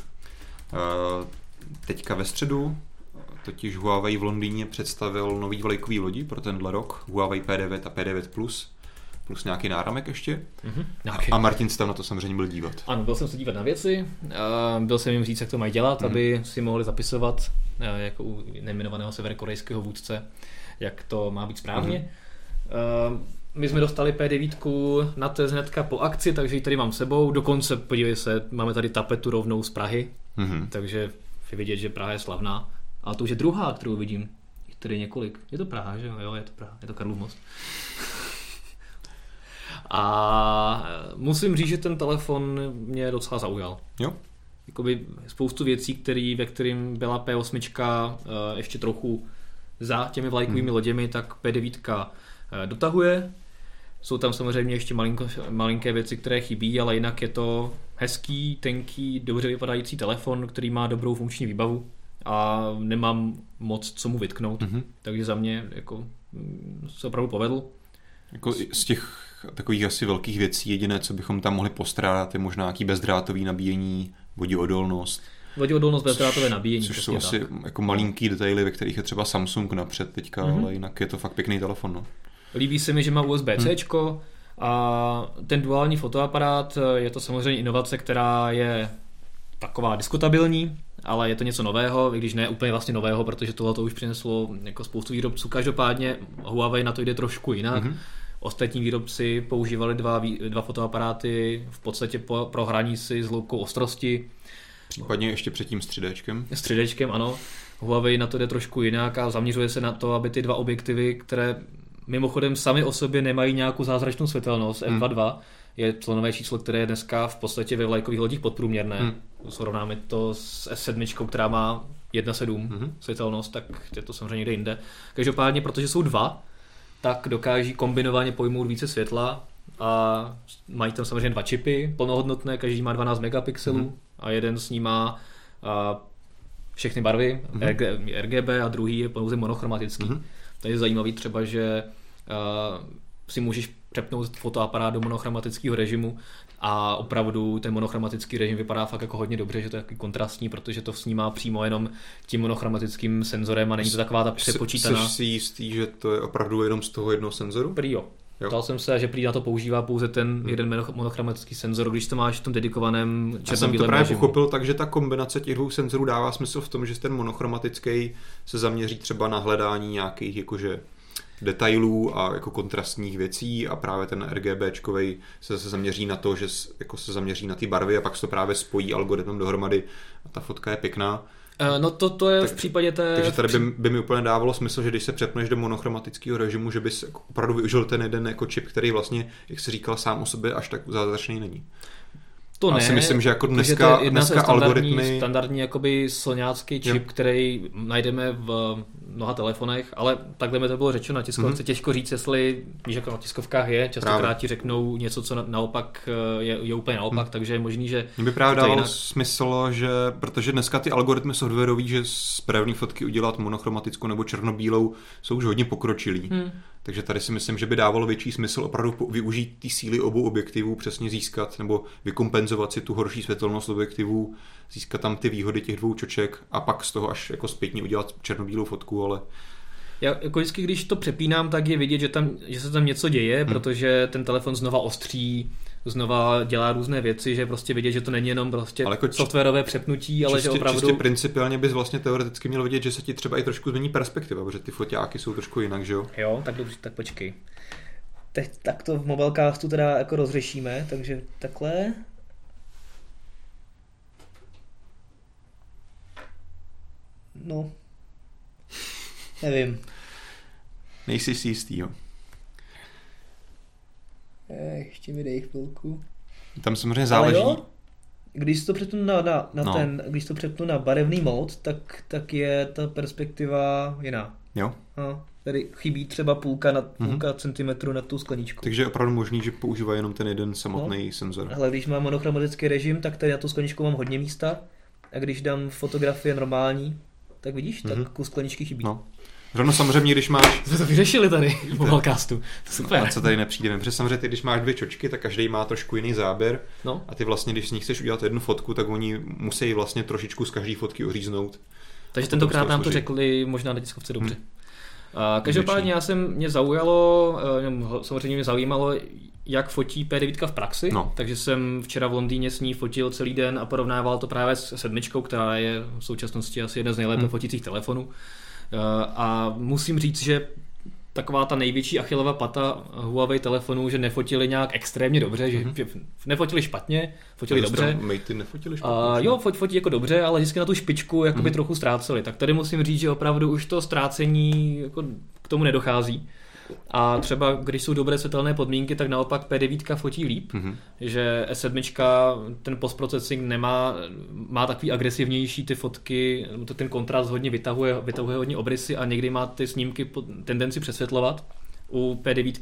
Teďka ve středu totiž Huawei v Londýně představil nový vlajkový lodi pro tenhle rok. Huawei P devět a P devět Plus. Plus nějaký náramek ještě. Mm-hmm. Okay. A Martin se tam na to samozřejmě byl dívat. Ano, byl jsem se dívat na věci. Byl jsem jim říct, jak to mají dělat, mm-hmm. aby si mohli zapisovat jako u nejmenovaného severokorejského vůdce, jak to má být správně. Mm-hmm. My jsme dostali P devět na test hnedka po akci, takže ji tady mám sebou. Dokonce, podívej se, máme tady tapetu rovnou z Prahy, mm-hmm. takže je vidět, že Praha je slavná. Ale to už je druhá, kterou vidím. Je tady několik. Je to Praha, že jo? Jo, je to Praha. Je to Karlův most. A musím říct, že ten telefon mě docela zaujal. Jo. Jakoby spoustu věcí, který, ve kterým byla P osm ještě trochu za těmi vlajkovými hmm. loděmi, tak P devět dotahuje. Jsou tam samozřejmě ještě malinko, malinké věci, které chybí, ale jinak je to hezký, tenký, dobře vypadající telefon, který má dobrou funkční výbavu a nemám moc co mu vytknout. Hmm. Takže za mě jako, se opravdu povedl. Jako z těch takových asi velkých věcí jediné, co bychom tam mohli postrádat, je možná nějaký bezdrátový nabíjení, voděodolnost. Voděodolnost, bezdrátové nabíjení. Což jsou asi jako malinký detaily, ve kterých je třeba Samsung napřed teďka, mm-hmm. ale jinak je to fakt pěkný telefon. No. Líbí se mi, že má U S B C hmm. a ten duální fotoaparát je to samozřejmě inovace, která je taková diskutabilní, ale je to něco nového, i když ne úplně vlastně nového, protože tohle to už přineslo jako spoustu výrobců. Každopádně Huawei na to jde trošku jinak. Mm-hmm. Ostatní výrobci používali dva, dva fotoaparáty v podstatě po, pro hraní si s hloubkou ostrosti. Případně ještě před tím s tři déčkem. S tři déčkem, ano. Huawei na to jde trošku jinak a zaměřuje se na to, aby ty dva objektivy, které mimochodem sami o sobě nemají nějakou zázračnou světelnost, hmm. F dvacet dva je clonové číslo, které je dneska v podstatě ve vlajkových lodích podprůměrné. Hmm. Srovnáme to s S sedm, která má jedna celá sedm hmm. světelnost, tak je to samozřejmě někde jinde. Každopádně, protože jsou dva, tak dokáží kombinovaně pojmout více světla a mají tam samozřejmě dva čipy plnohodnotné, každý má dvanáct megapixelů mm. a jeden s ním má a, všechny barvy, mm. R G B a druhý je pouze monochromatický. Mm. To je zajímavý třeba, že a, si můžeš přepnout fotoaparát do monochromatického režimu a opravdu ten monochromatický režim vypadá fakt jako hodně dobře, že to je taky kontrastní, protože to snímá přímo jenom tím monochromatickým senzorem a není to taková ta přepočítaná. Jsi si jistý, že to je opravdu jenom z toho jednoho senzoru? Prý jo. Ptal jsem se, že prý na to používá pouze ten hmm. jeden monochromatický senzor, když to máš v tom dedikovaném černobílém režimu. Já jsem to právě režimu. pochopil, takže ta kombinace těch dvou senzorů dává smysl v tom, že ten monochromatický se zaměří třeba na hledání nějakých jakože detailů a jako kontrastních věcí a právě ten RGBčkovej se zase zaměří na to, že jako se zaměří na ty barvy a pak se to právě spojí algoritmem dohromady a ta fotka je pěkná. No to, to je tak, v případě té... Takže tady by, by mi úplně dávalo smysl, že když se přepneš do monochromatického režimu, že bys opravdu využil ten jeden jako čip, který vlastně, jak se říkal, sám o sobě až tak zázračný není. To ne. Já si myslím, že jako dneska, je dneska standardní, algoritmy... standardní jakoby slňácký čip, jo. který najdeme v mnoha telefonech, ale takhle mi to bylo řečeno na tiskovce. Mm-hmm. Těžko říct, jestli, víš, jako na tiskovkách je, častokrát ti řeknou něco, co na, naopak je, je úplně naopak, mm. takže je možný, že... Mně by právě dávalo jinak... smysl, že protože dneska ty algoritmy softwarový, že z barevné fotky udělat monochromatickou nebo černobílou, jsou už hodně pokročilý. Mm. Takže tady si myslím, že by dávalo větší smysl opravdu využít ty síly obou objektivů, přesně získat nebo vykompenzovat si tu horší světelnost objektivů, získat tam ty výhody těch dvou čoček a pak z toho až jako zpětně udělat černobílou fotku, ale... Já jako vždycky, když to přepínám, tak je vidět, že, tam, že se tam něco děje, hmm. protože ten telefon znova ostří, znova dělá různé věci, že je prostě vidět, že to není jenom prostě jako softwarové přepnutí, ale čistě, že opravdu... Čistě principiálně bys vlastně teoreticky měl vidět, že se ti třeba i trošku změní perspektiva, protože ty foťáky jsou trošku jinak, že jo? Jo, tak dobře, tak počkej. Teď tak to v Mobilecastu teda jako rozřešíme, takže takhle... No... Nevím. Nejsi si jistý, jo. Ještě mi dej chvilku. Tam samozřejmě záleží. Ale jo, když to přepnu na, na, na no. ten, když to přepnu na barevný mod, tak, tak je ta perspektiva jiná. Jo. No, tady chybí třeba půlka, na, půlka mm-hmm. centimetru na tu skleničku. Takže je opravdu možný, že používá jenom ten jeden samotný no. senzor. Ale když mám monochromatický režim, tak tady na tu skleničku mám hodně místa. A když dám fotografie normální, tak vidíš, mm-hmm. tak kus skleničky chybí. No. Rovno samozřejmě, když máš... Jsme to vyřešili tady v Mobilecastu. Super. A co tady nepřijdeme? Protože samozřejmě ty, když máš dvě čočky, tak každý má trošku jiný záběr. No. A ty vlastně, když z nich chceš udělat jednu fotku, tak oni musí vlastně trošičku z každé fotky oříznout. Takže tentokrát nám to řekli možná na tiskovce dobře. Hmm. A každopádně já jsem, mě zaujalo, samozřejmě mě zajímalo, jak fotí P devět v praxi, no. takže jsem včera v Londýně s ní fotil celý den a porovnával to právě s sedmičkou, která je v současnosti asi jeden z nejlépe hmm. fotících telefonů. A musím říct, že taková ta největší Achillova pata Huawei telefonů, že nefotili nějak extrémně dobře, že, mm-hmm. že nefotili špatně, fotili a dobře. Matey nefotili špatně. A jo, fot, fotí jako dobře, ale vždycky na tu špičku jakoby mm-hmm. trochu ztráceli. Tak tady musím říct, že opravdu už to ztrácení jako k tomu nedochází. A třeba když jsou dobré světelné podmínky, tak naopak P devět fotí líp, mm-hmm. že S sedm ten postprocessing nemá, má takový agresivnější ty fotky, ten kontrast hodně vytahuje, vytahuje hodně obrysy a někdy má ty snímky tendenci přesvětlovat. U P devět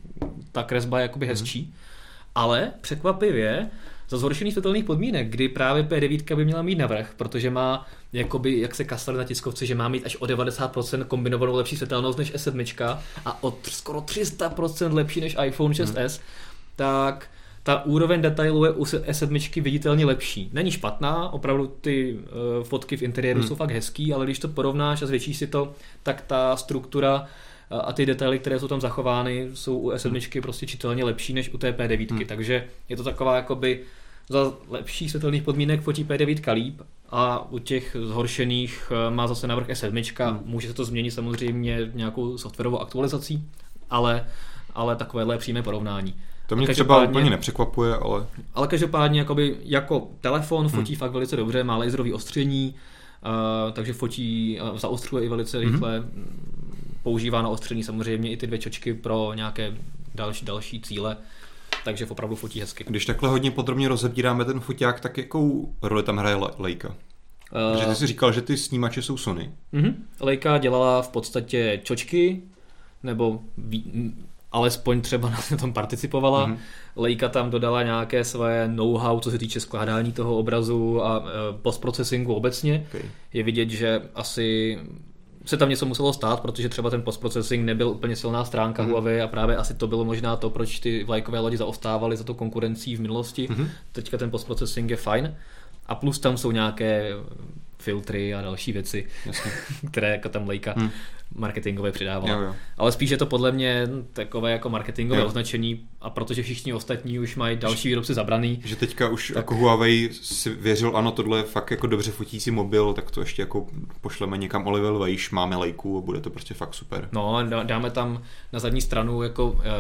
ta kresba je jakoby hezčí, mm-hmm. ale překvapivě za zhoršených světelných podmínek, kdy právě P devět by měla mít navrch, protože má, jakoby, jak se kaslali na tiskovce, že má mít až o devadesát procent kombinovanou lepší světelnost než S sedm a o skoro tři sta procent lepší než iPhone šest es, hmm. tak ta úroveň detailu je u S sedm viditelně lepší. Není špatná, opravdu ty uh, fotky v interiéru hmm. jsou fakt hezký, ale když to porovnáš a zvětšíš si to, tak ta struktura a ty detaily, které jsou tam zachovány, jsou u S sedm hmm. prostě čitelně lepší než u té P devět. Hmm. Takže je to taková jakoby za lepších světelných podmínek fotí P devět líp a u těch zhoršených má zase navrch S sedm. Hmm. Může se to změnit samozřejmě nějakou softwarovou aktualizací, ale, ale takovéhle přímé porovnání. To mě třeba úplně nepřekvapuje, ale... Ale každopádně jakoby, jako telefon fotí hmm. fakt velice dobře, má laserový ostření, uh, takže fotí, uh, zaostřuje i velice rychle. Hmm. Používá na ostření samozřejmě i ty dvě čočky pro nějaké další, další cíle, takže opravdu fotí hezky. Když takhle hodně podrobně rozebíráme ten foťák, tak jakou roli tam hraje Leica? Uh, Protože ty jsi říkal, že ty snímače jsou Sony. Uh-huh. Leica dělala v podstatě čočky, nebo ví, alespoň třeba na tom participovala. Uh-huh. Leica tam dodala nějaké své know-how, co se týče skládání toho obrazu a uh, postprocesingu obecně. Okay. Je vidět, že asi se tam něco muselo stát, protože třeba ten postprocessing nebyl úplně silná stránka mm-hmm. Huawei a právě asi to bylo možná to, proč ty vlajkové lodi zaostávaly za to konkurencí v minulosti. Mm-hmm. Teďka ten postprocessing je fajn a plus tam jsou nějaké filtry a další věci, které jako tam Leica mm. marketingové přidávala. Jo, jo. Ale spíš je to podle mě takové jako marketingové jo. označení a protože všichni ostatní už mají další výrobci zabraný. Že teďka už tak... jako Huawei si věřil, ano, tohle je fakt jako dobře fotící mobil, tak to ještě jako pošleme někam o level vejš, máme Leicu a bude to prostě fakt super. No, dáme tam na zadní stranu jako uh,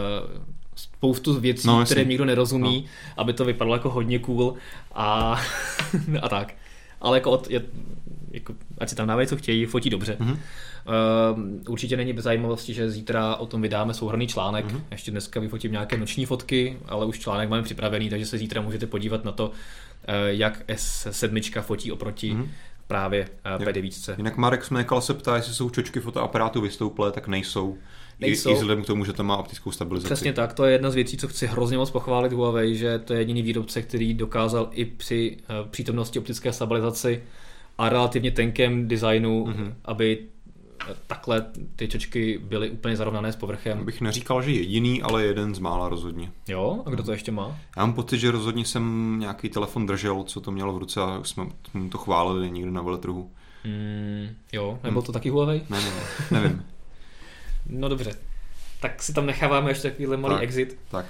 spoustu věcí, no, které nikdo nerozumí, no. aby to vypadalo jako hodně cool a, a tak. ale jako, od, je, jako ať si tam dávají, co chtějí, fotí dobře. Mm-hmm. Uh, určitě není bez zajímavosti, že zítra o tom vydáme souhrnný článek. Mm-hmm. Ještě dneska vyfotím nějaké noční fotky, ale už článek máme připravený, takže se zítra můžete podívat na to, uh, jak S sedm fotí oproti mm-hmm. právě uh, P devět. Jinak Marek Smekal se ptá, jestli jsou čočky fotoaparátu vystouplé, tak nejsou. Nejsou. I vzhledem k tomu, že to má optickou stabilizaci. Přesně tak, to je jedna z věcí, co chci hrozně moc pochválit Huawei, že to je jediný výrobce, který dokázal i při uh, přítomnosti optické stabilizaci a relativně tenkém designu, mm-hmm. aby takhle ty čočky byly úplně zarovnané s povrchem. Bych neříkal, že jediný, ale jeden z mála rozhodně. Jo? A kdo to ještě má? Já mám pocit, že rozhodně jsem nějaký telefon držel, co to mělo v ruce a jsme to chválili někde na veletrhu. Mm, jo, nebyl to taky Huawei? Ne, ne, ne, nevím. No dobře, tak si tam necháváme ještě takovýhle malý tak, exit. Tak.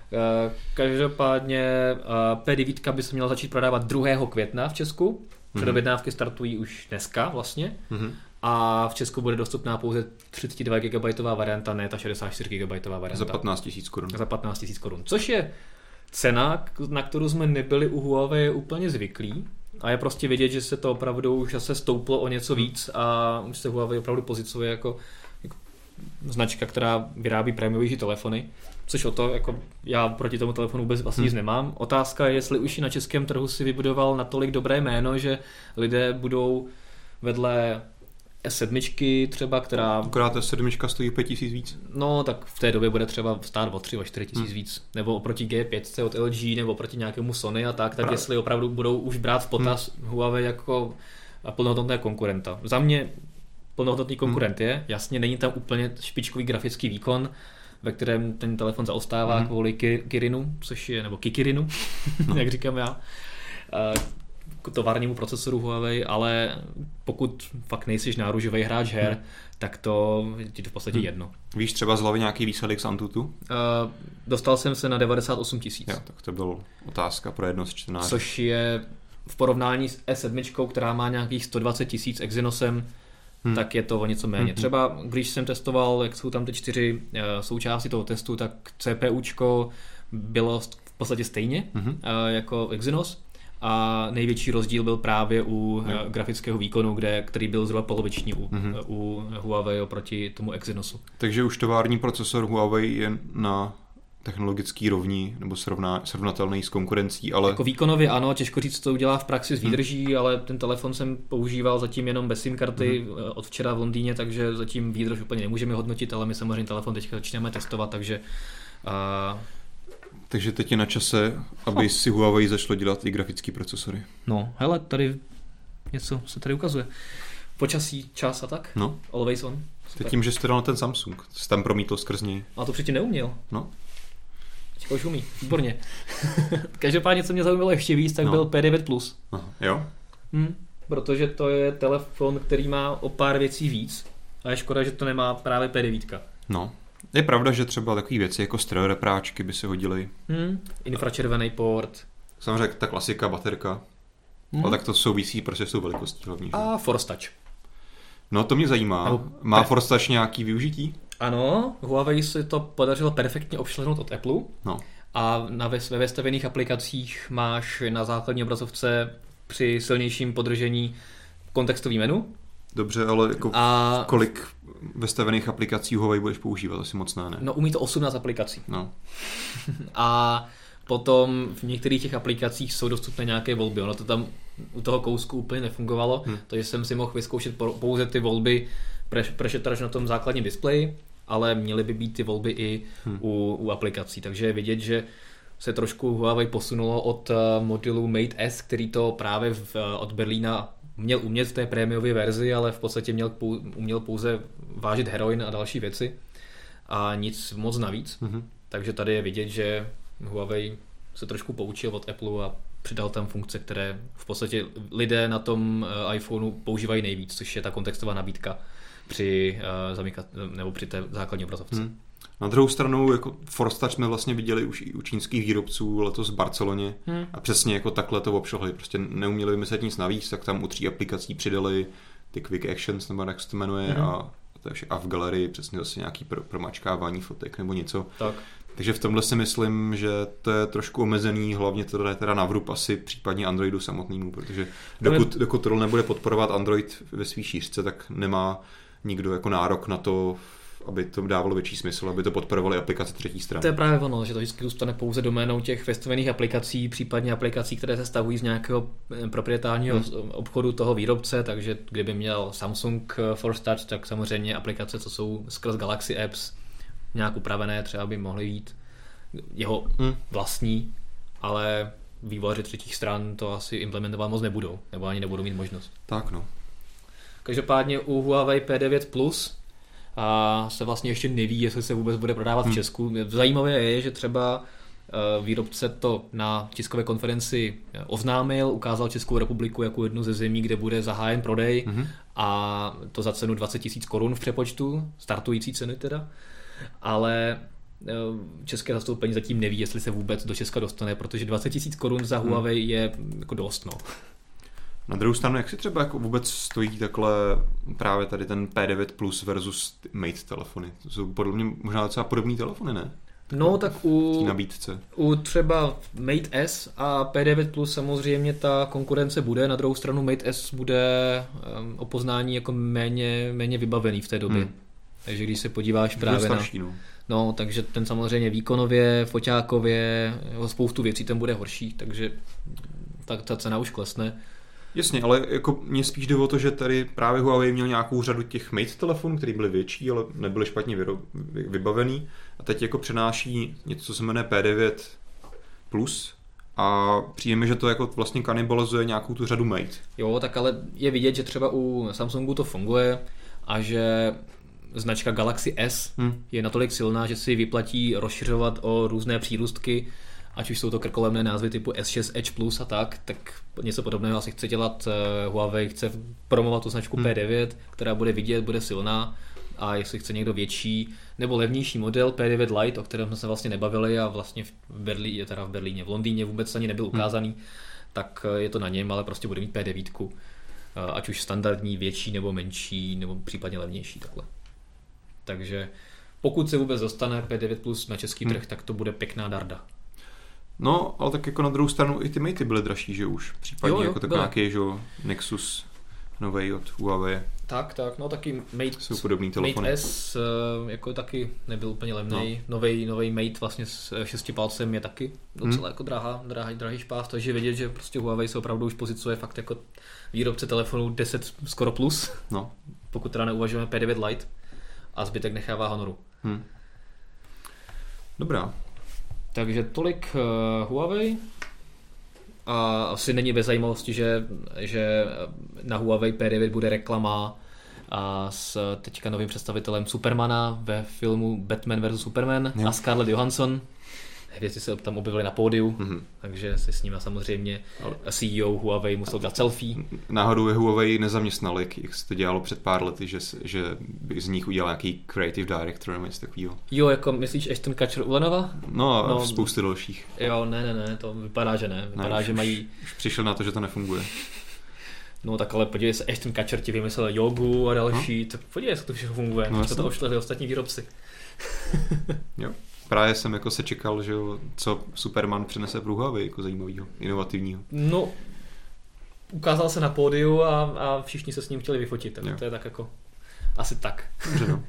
Každopádně P devět by se měla začít prodávat druhého května v Česku. Předobjednávky startují už dneska vlastně. Mm-hmm. A v Česku bude dostupná pouze třicet dva gigabajtová varianta, ne ta šedesát čtyři gigabajtová varianta. Za patnáct tisíc korun. Za patnáct tisíc korun, což je cena, na kterou jsme nebyli u Huawei úplně zvyklí. A je prostě vidět, že se to opravdu už zase stouplo o něco víc a už se Huawei opravdu pozicuje jako, jako značka, která vyrábí prémiovější telefony. Což o to, jako já proti tomu telefonu vůbec vlastně nic hmm. nemám. Otázka je, jestli už i na českém trhu si vybudoval natolik dobré jméno, že lidé budou vedle S sedm třeba, která... Akorát S sedm stojí pět tisíc víc. No, tak v té době bude třeba stát o tři, o čtyři tisíc hmm. víc. Nebo oproti G pět od L G, nebo oproti nějakému Sony a tak, tak Právě. Jestli opravdu budou už brát v potaz hmm. Huawei jako plnohodnotné konkurenta. Za mě plnohodnotný konkurent hmm. je, jasně, není tam úplně špičkový grafický výkon, ve kterém ten telefon zaostává hmm. kvůli Kirinu, což je, nebo Kikirinu, no. jak říkám já, k továrnímu procesoru Huawei, ale pokud fakt nejsiš náruživý hráč her, hmm. tak to je v podstatě hmm. jedno. Víš třeba z hlavy nějaký výsledek z Antutu? Uh, dostal jsem se na devadesát osm tisíc. Jo, tak to byla otázka pro jedno z čtenářů. Což je v porovnání s S sedm, která má nějakých sto dvacet tisíc Exynosem, Hmm. tak je to o něco méně. Hmm. Třeba když jsem testoval, jak jsou tam ty čtyři uh, součásti toho testu, tak CPUčko bylo v podstatě stejně hmm. uh, jako Exynos a největší rozdíl byl právě u hmm. uh, grafického výkonu, kde, který byl zhruba poloviční u, hmm. uh, u Huawei oproti tomu Exynosu. Takže už tovární procesor Huawei je na technologický rovní nebo srovná, srovnatelný s konkurencí, ale... Jako výkonově ano, těžko říct, co udělá v praxi s výdrží, hmm. ale ten telefon jsem používal zatím jenom bez SIM karty hmm. od včera v Londýně, takže zatím výdrž úplně nemůžeme hodnotit, ale my samozřejmě telefon teďka začneme testovat, takže... Uh... Takže teď je na čase, aby no. si Huawei začalo dělat i grafický procesory. No, hele, tady něco se tady ukazuje. Počasí, čas a tak? No. Always on. Teď tím, že jste dal na ten Samsung, jsi tam promítl skrz něj. A to předtím neuměl. No. Teďka už umí, výborně. Každopádně, co mě zaujalo ještě víc, tak no. byl P devět plus. Aha, jo? Hmm, protože to je telefon, který má o pár věcí víc a je škoda, že to nemá právě P devět. No, je pravda, že třeba takové věci jako stereorepráčky by se hodily. Hmm, infračervený port. Samozřejmě ta klasika, baterka. Hmm. Ale tak to souvisí, protože jsou velikostí hlavní. A Force Touch. No to mě zajímá. Nebo má Force Touch nějaký využití? Ano, Huawei se to podařilo perfektně obšlehnout od Apple. No. A na ve, ve vystavených aplikacích máš na základní obrazovce při silnějším podržení kontextový menu. Dobře, ale jako a... kolik vystavených aplikací Huawei budeš používat? Asi moc ne, ne? No umí to osmnáct aplikací. No. A potom v některých těch aplikacích jsou dostupné nějaké volby. Ono to tam u toho kousku úplně nefungovalo, hmm. takže jsem si mohl vyzkoušet pouze ty volby prešetraž na tom základním displeji, ale měly by být ty volby i hmm. u, u aplikací. Takže je vidět, že se trošku Huawei posunulo od modelu Mate S, který to právě v, od Berlína měl umět v té prémiové verzi, ale v podstatě měl, uměl pouze vážit heroin a další věci a nic moc navíc. Hmm. Takže tady je vidět, že Huawei se trošku poučil od Apple a přidal tam funkce, které v podstatě lidé na tom iPhoneu používají nejvíc, což je ta kontextová nabídka při uh, zamykat, nebo při té základní obrazovce. Hmm. Na druhou stranu, jako Force Touch jsme vlastně viděli už i u čínských výrobců letos v Barceloně hmm. a přesně jako takhle to obšlohli. Prostě neuměli vymyslet nic navíc, tak tam u tří aplikací přidali ty Quick Actions, nebo jak se to jmenuje, hmm. a to je vše, a v galerii přesně zase nějaký pro, promačkávání fotek nebo něco. Tak. Takže v tomhle si myslím, že to je trošku omezený, hlavně to jde teda na vrub asi případně Androidu samotnému, protože dokud, dokud Roll nebude podporovat Android ve svý šířce, tak nemá nikdo jako nárok na to, aby to dávalo větší smysl, aby to podporovaly aplikace třetí strany. To je právě ono, že to vždycky zůstane pouze doménou těch vystavených aplikací, případně aplikací, které se stavují z nějakého proprietárního hmm. obchodu toho výrobce, takže kdyby měl Samsung Force Touch, tak samozřejmě aplikace, co jsou skrz Galaxy Apps, nějak upravené, třeba by mohly jít jeho hmm. vlastní, ale vývojáři třetích stran to asi implementovat moc nebudou, nebo ani nebudou mít možnost. Tak no. Každopádně u Huawei P devět Plus a se vlastně ještě neví, jestli se vůbec bude prodávat hmm. v Česku. Zajímavé je, že třeba výrobce to na tiskové konferenci oznámil, ukázal Českou republiku jako jednu ze zemí, kde bude zahájen prodej hmm. a to za cenu dvacet tisíc korun v přepočtu, startující ceny teda, ale české zastoupení zatím neví, jestli se vůbec do Česka dostane, protože dvacet tisíc korun za Huawei hmm. je jako dost, no. Na druhou stranu, jak si třeba jako vůbec stojí takhle právě tady ten P devět Plus versus Mate telefony? To jsou podle mě možná docela podobný telefony, ne? No tak u, nabídce. u třeba Mate S a P devět Plus samozřejmě ta konkurence bude, na druhou stranu Mate S bude um, o poznání jako méně, méně vybavený v té době. Hmm. Takže když se podíváš Už právě starší, na... No. no, takže ten samozřejmě výkonově, foťákově, spoustu věcí ten bude horší, takže tak ta cena už klesne. Jasně, ale jako mě spíš jde o to, že tady právě Huawei měl nějakou řadu těch Mate telefonů, které byly větší, ale nebyly špatně vyro- vybavený. A teď jako přenáší něco, co se jmenuje P devět Plus a přijde mi, že to jako vlastně kanibalizuje nějakou tu řadu Mate. Jo, tak ale je vidět, že třeba u Samsungu to funguje a že značka Galaxy S hmm. je natolik silná, že si vyplatí rozšiřovat o různé přírůstky, ať už jsou to krkolomné názvy typu S šest Edge Plus a tak, tak něco podobného asi chce dělat uh, Huawei, chce promovat tu značku hmm. P devět, která bude vidět, bude silná, a jestli chce někdo větší nebo levnější model P devět Lite, o kterém jsme se vlastně nebavili a vlastně v Berlíně, teda v Berlíně, v Londýně vůbec ani nebyl ukázaný, hmm. tak je to na něm, ale prostě bude mít P devět, uh, ať už standardní, větší nebo menší, nebo případně levnější takhle. Takže pokud se vůbec dostane P devět Plus na český hmm. trh, tak to bude pěkná darda. No, ale tak jako na druhou stranu i ty Matey byly dražší, že už? Případně jo, jo, jako tak nějaký, že Nexus novej od Huawei. Tak, tak, no taky Mate, jsou podobný telefony. Mate S jako taky nebyl úplně levnej. No. Novej, novej Mate vlastně s šesti palcem je taky docela hmm. jako drahá, drahý, drahý špás, takže vidět, že prostě Huawei se opravdu už pozicuje fakt jako výrobce telefonů deset skoro plus, no. Pokud teda neuvažujeme P devět Lite a zbytek nechává Honoru. Hmm. Dobrá. Takže tolik uh, Huawei. A asi není bez zajímavosti, že, že na Huawei P devět bude reklama a s teďka novým představitelem Supermana ve filmu Batman versus Superman jo. a Scarlett Johansson. Hvězdy se tam objevily na pódiu, mm-hmm. takže si s nimi samozřejmě C E O Huawei musel dát selfie. Náhodou je Huawei nezaměstnal, jak, jak se to dělalo před pár lety, že, že by z nich udělal nějaký creative director nebo něco takového. Jo, jako myslíš Ashton Kutcher u Lenova? No, no spousty dalších. Jo, ne, ne, ne, to vypadá, že ne. Vypadá, ne, že už, mají... Už přišel na to, že to nefunguje. No tak ale podívej se, Ashton Kutcher ti vymyslel jogu a další, no? Tak podívej se, to všechno funguje. No, to to ošlehli ostatní výrobci. Jo. Právě jsem jako se čekal, že co Superman přinese pro Huawei jako zajímavého, inovativního. No, ukázal se na pódiu a, a všichni se s ním chtěli vyfotit, tak to je tak jako, asi tak. Dobře, no.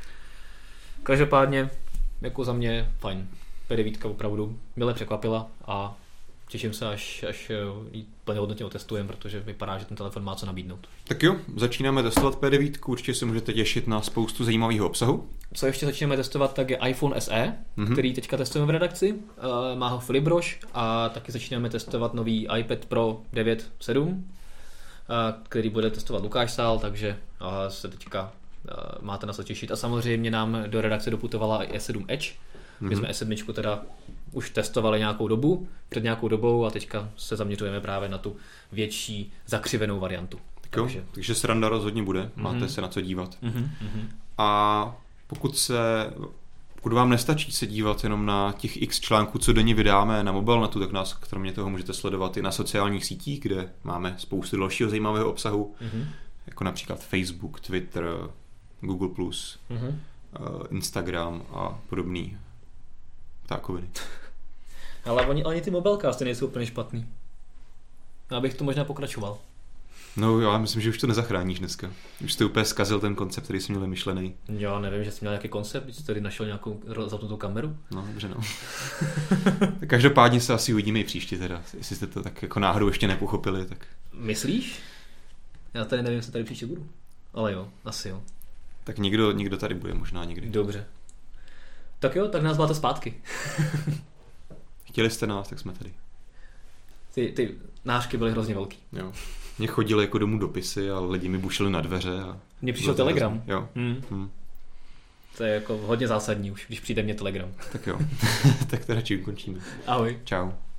Každopádně, jako za mě, fajn. P devět opravdu mile překvapila a těším se, až, až ji plnohodnotně otestujeme, protože vypadá, že ten telefon má co nabídnout. Tak jo, začínáme testovat P devět, určitě se můžete těšit na spoustu zajímavého obsahu. Co ještě začneme testovat, tak je iPhone S E, mm-hmm. který teďka testujeme v redakci. Má ho Filip Brož a taky začínáme testovat nový iPad Pro devět sedm, který bude testovat Lukáš Sál, takže se teďka máte na co těšit. A samozřejmě nám do redakce doputovala i S sedm Edge. My mm-hmm. jsme S sedm teda už testovali nějakou dobu, před nějakou dobou a teďka se zaměřujeme právě na tu větší zakřivenou variantu. Takže, takže sranda rozhodně bude, máte mm-hmm. se na co dívat. Mm-hmm. A pokud se, pokud vám nestačí se dívat jenom na těch x článků, co denně vydáme na Mobilnetu, tak nás kromě toho můžete sledovat i na sociálních sítích, kde máme spoustu dalšího zajímavého obsahu, mm-hmm. jako například Facebook, Twitter, Google plus, mm-hmm. Instagram a podobný tákoviny. Ale oni, oni ty mobilecasty nejsou úplně špatný. Já bych to možná pokračoval. No já myslím, že už to nezachráníš dneska. Už jsi úplně zkazil ten koncept, který jsi měl vymyšlený. Já nevím, že jsi měl nějaký koncept, že jsi tady našel nějakou zapnutou kameru. No, dobře no. Tak každopádně se asi uvidíme i příště teda. Jestli jste to tak jako náhodou ještě nepochopili, tak... Myslíš? Já tady nevím, jestli tady příště budu. Ale jo, asi jo. Tak někdo, někdo tady bude možná někdy. Dobře. Tak jo, tak nás máte zpátky. Chtěli jste nás, tak jsme tady. Ty, ty nášky byly hrozně velký. Jo. Mně chodily jako domů dopisy a lidi mi bušili na dveře. A mně přišel Telegram. Hrozný. Jo. Hmm. Hmm. To je jako hodně zásadní už, když přijde mě Telegram. Tak jo. Tak to radši ukončíme. Ahoj. Čau.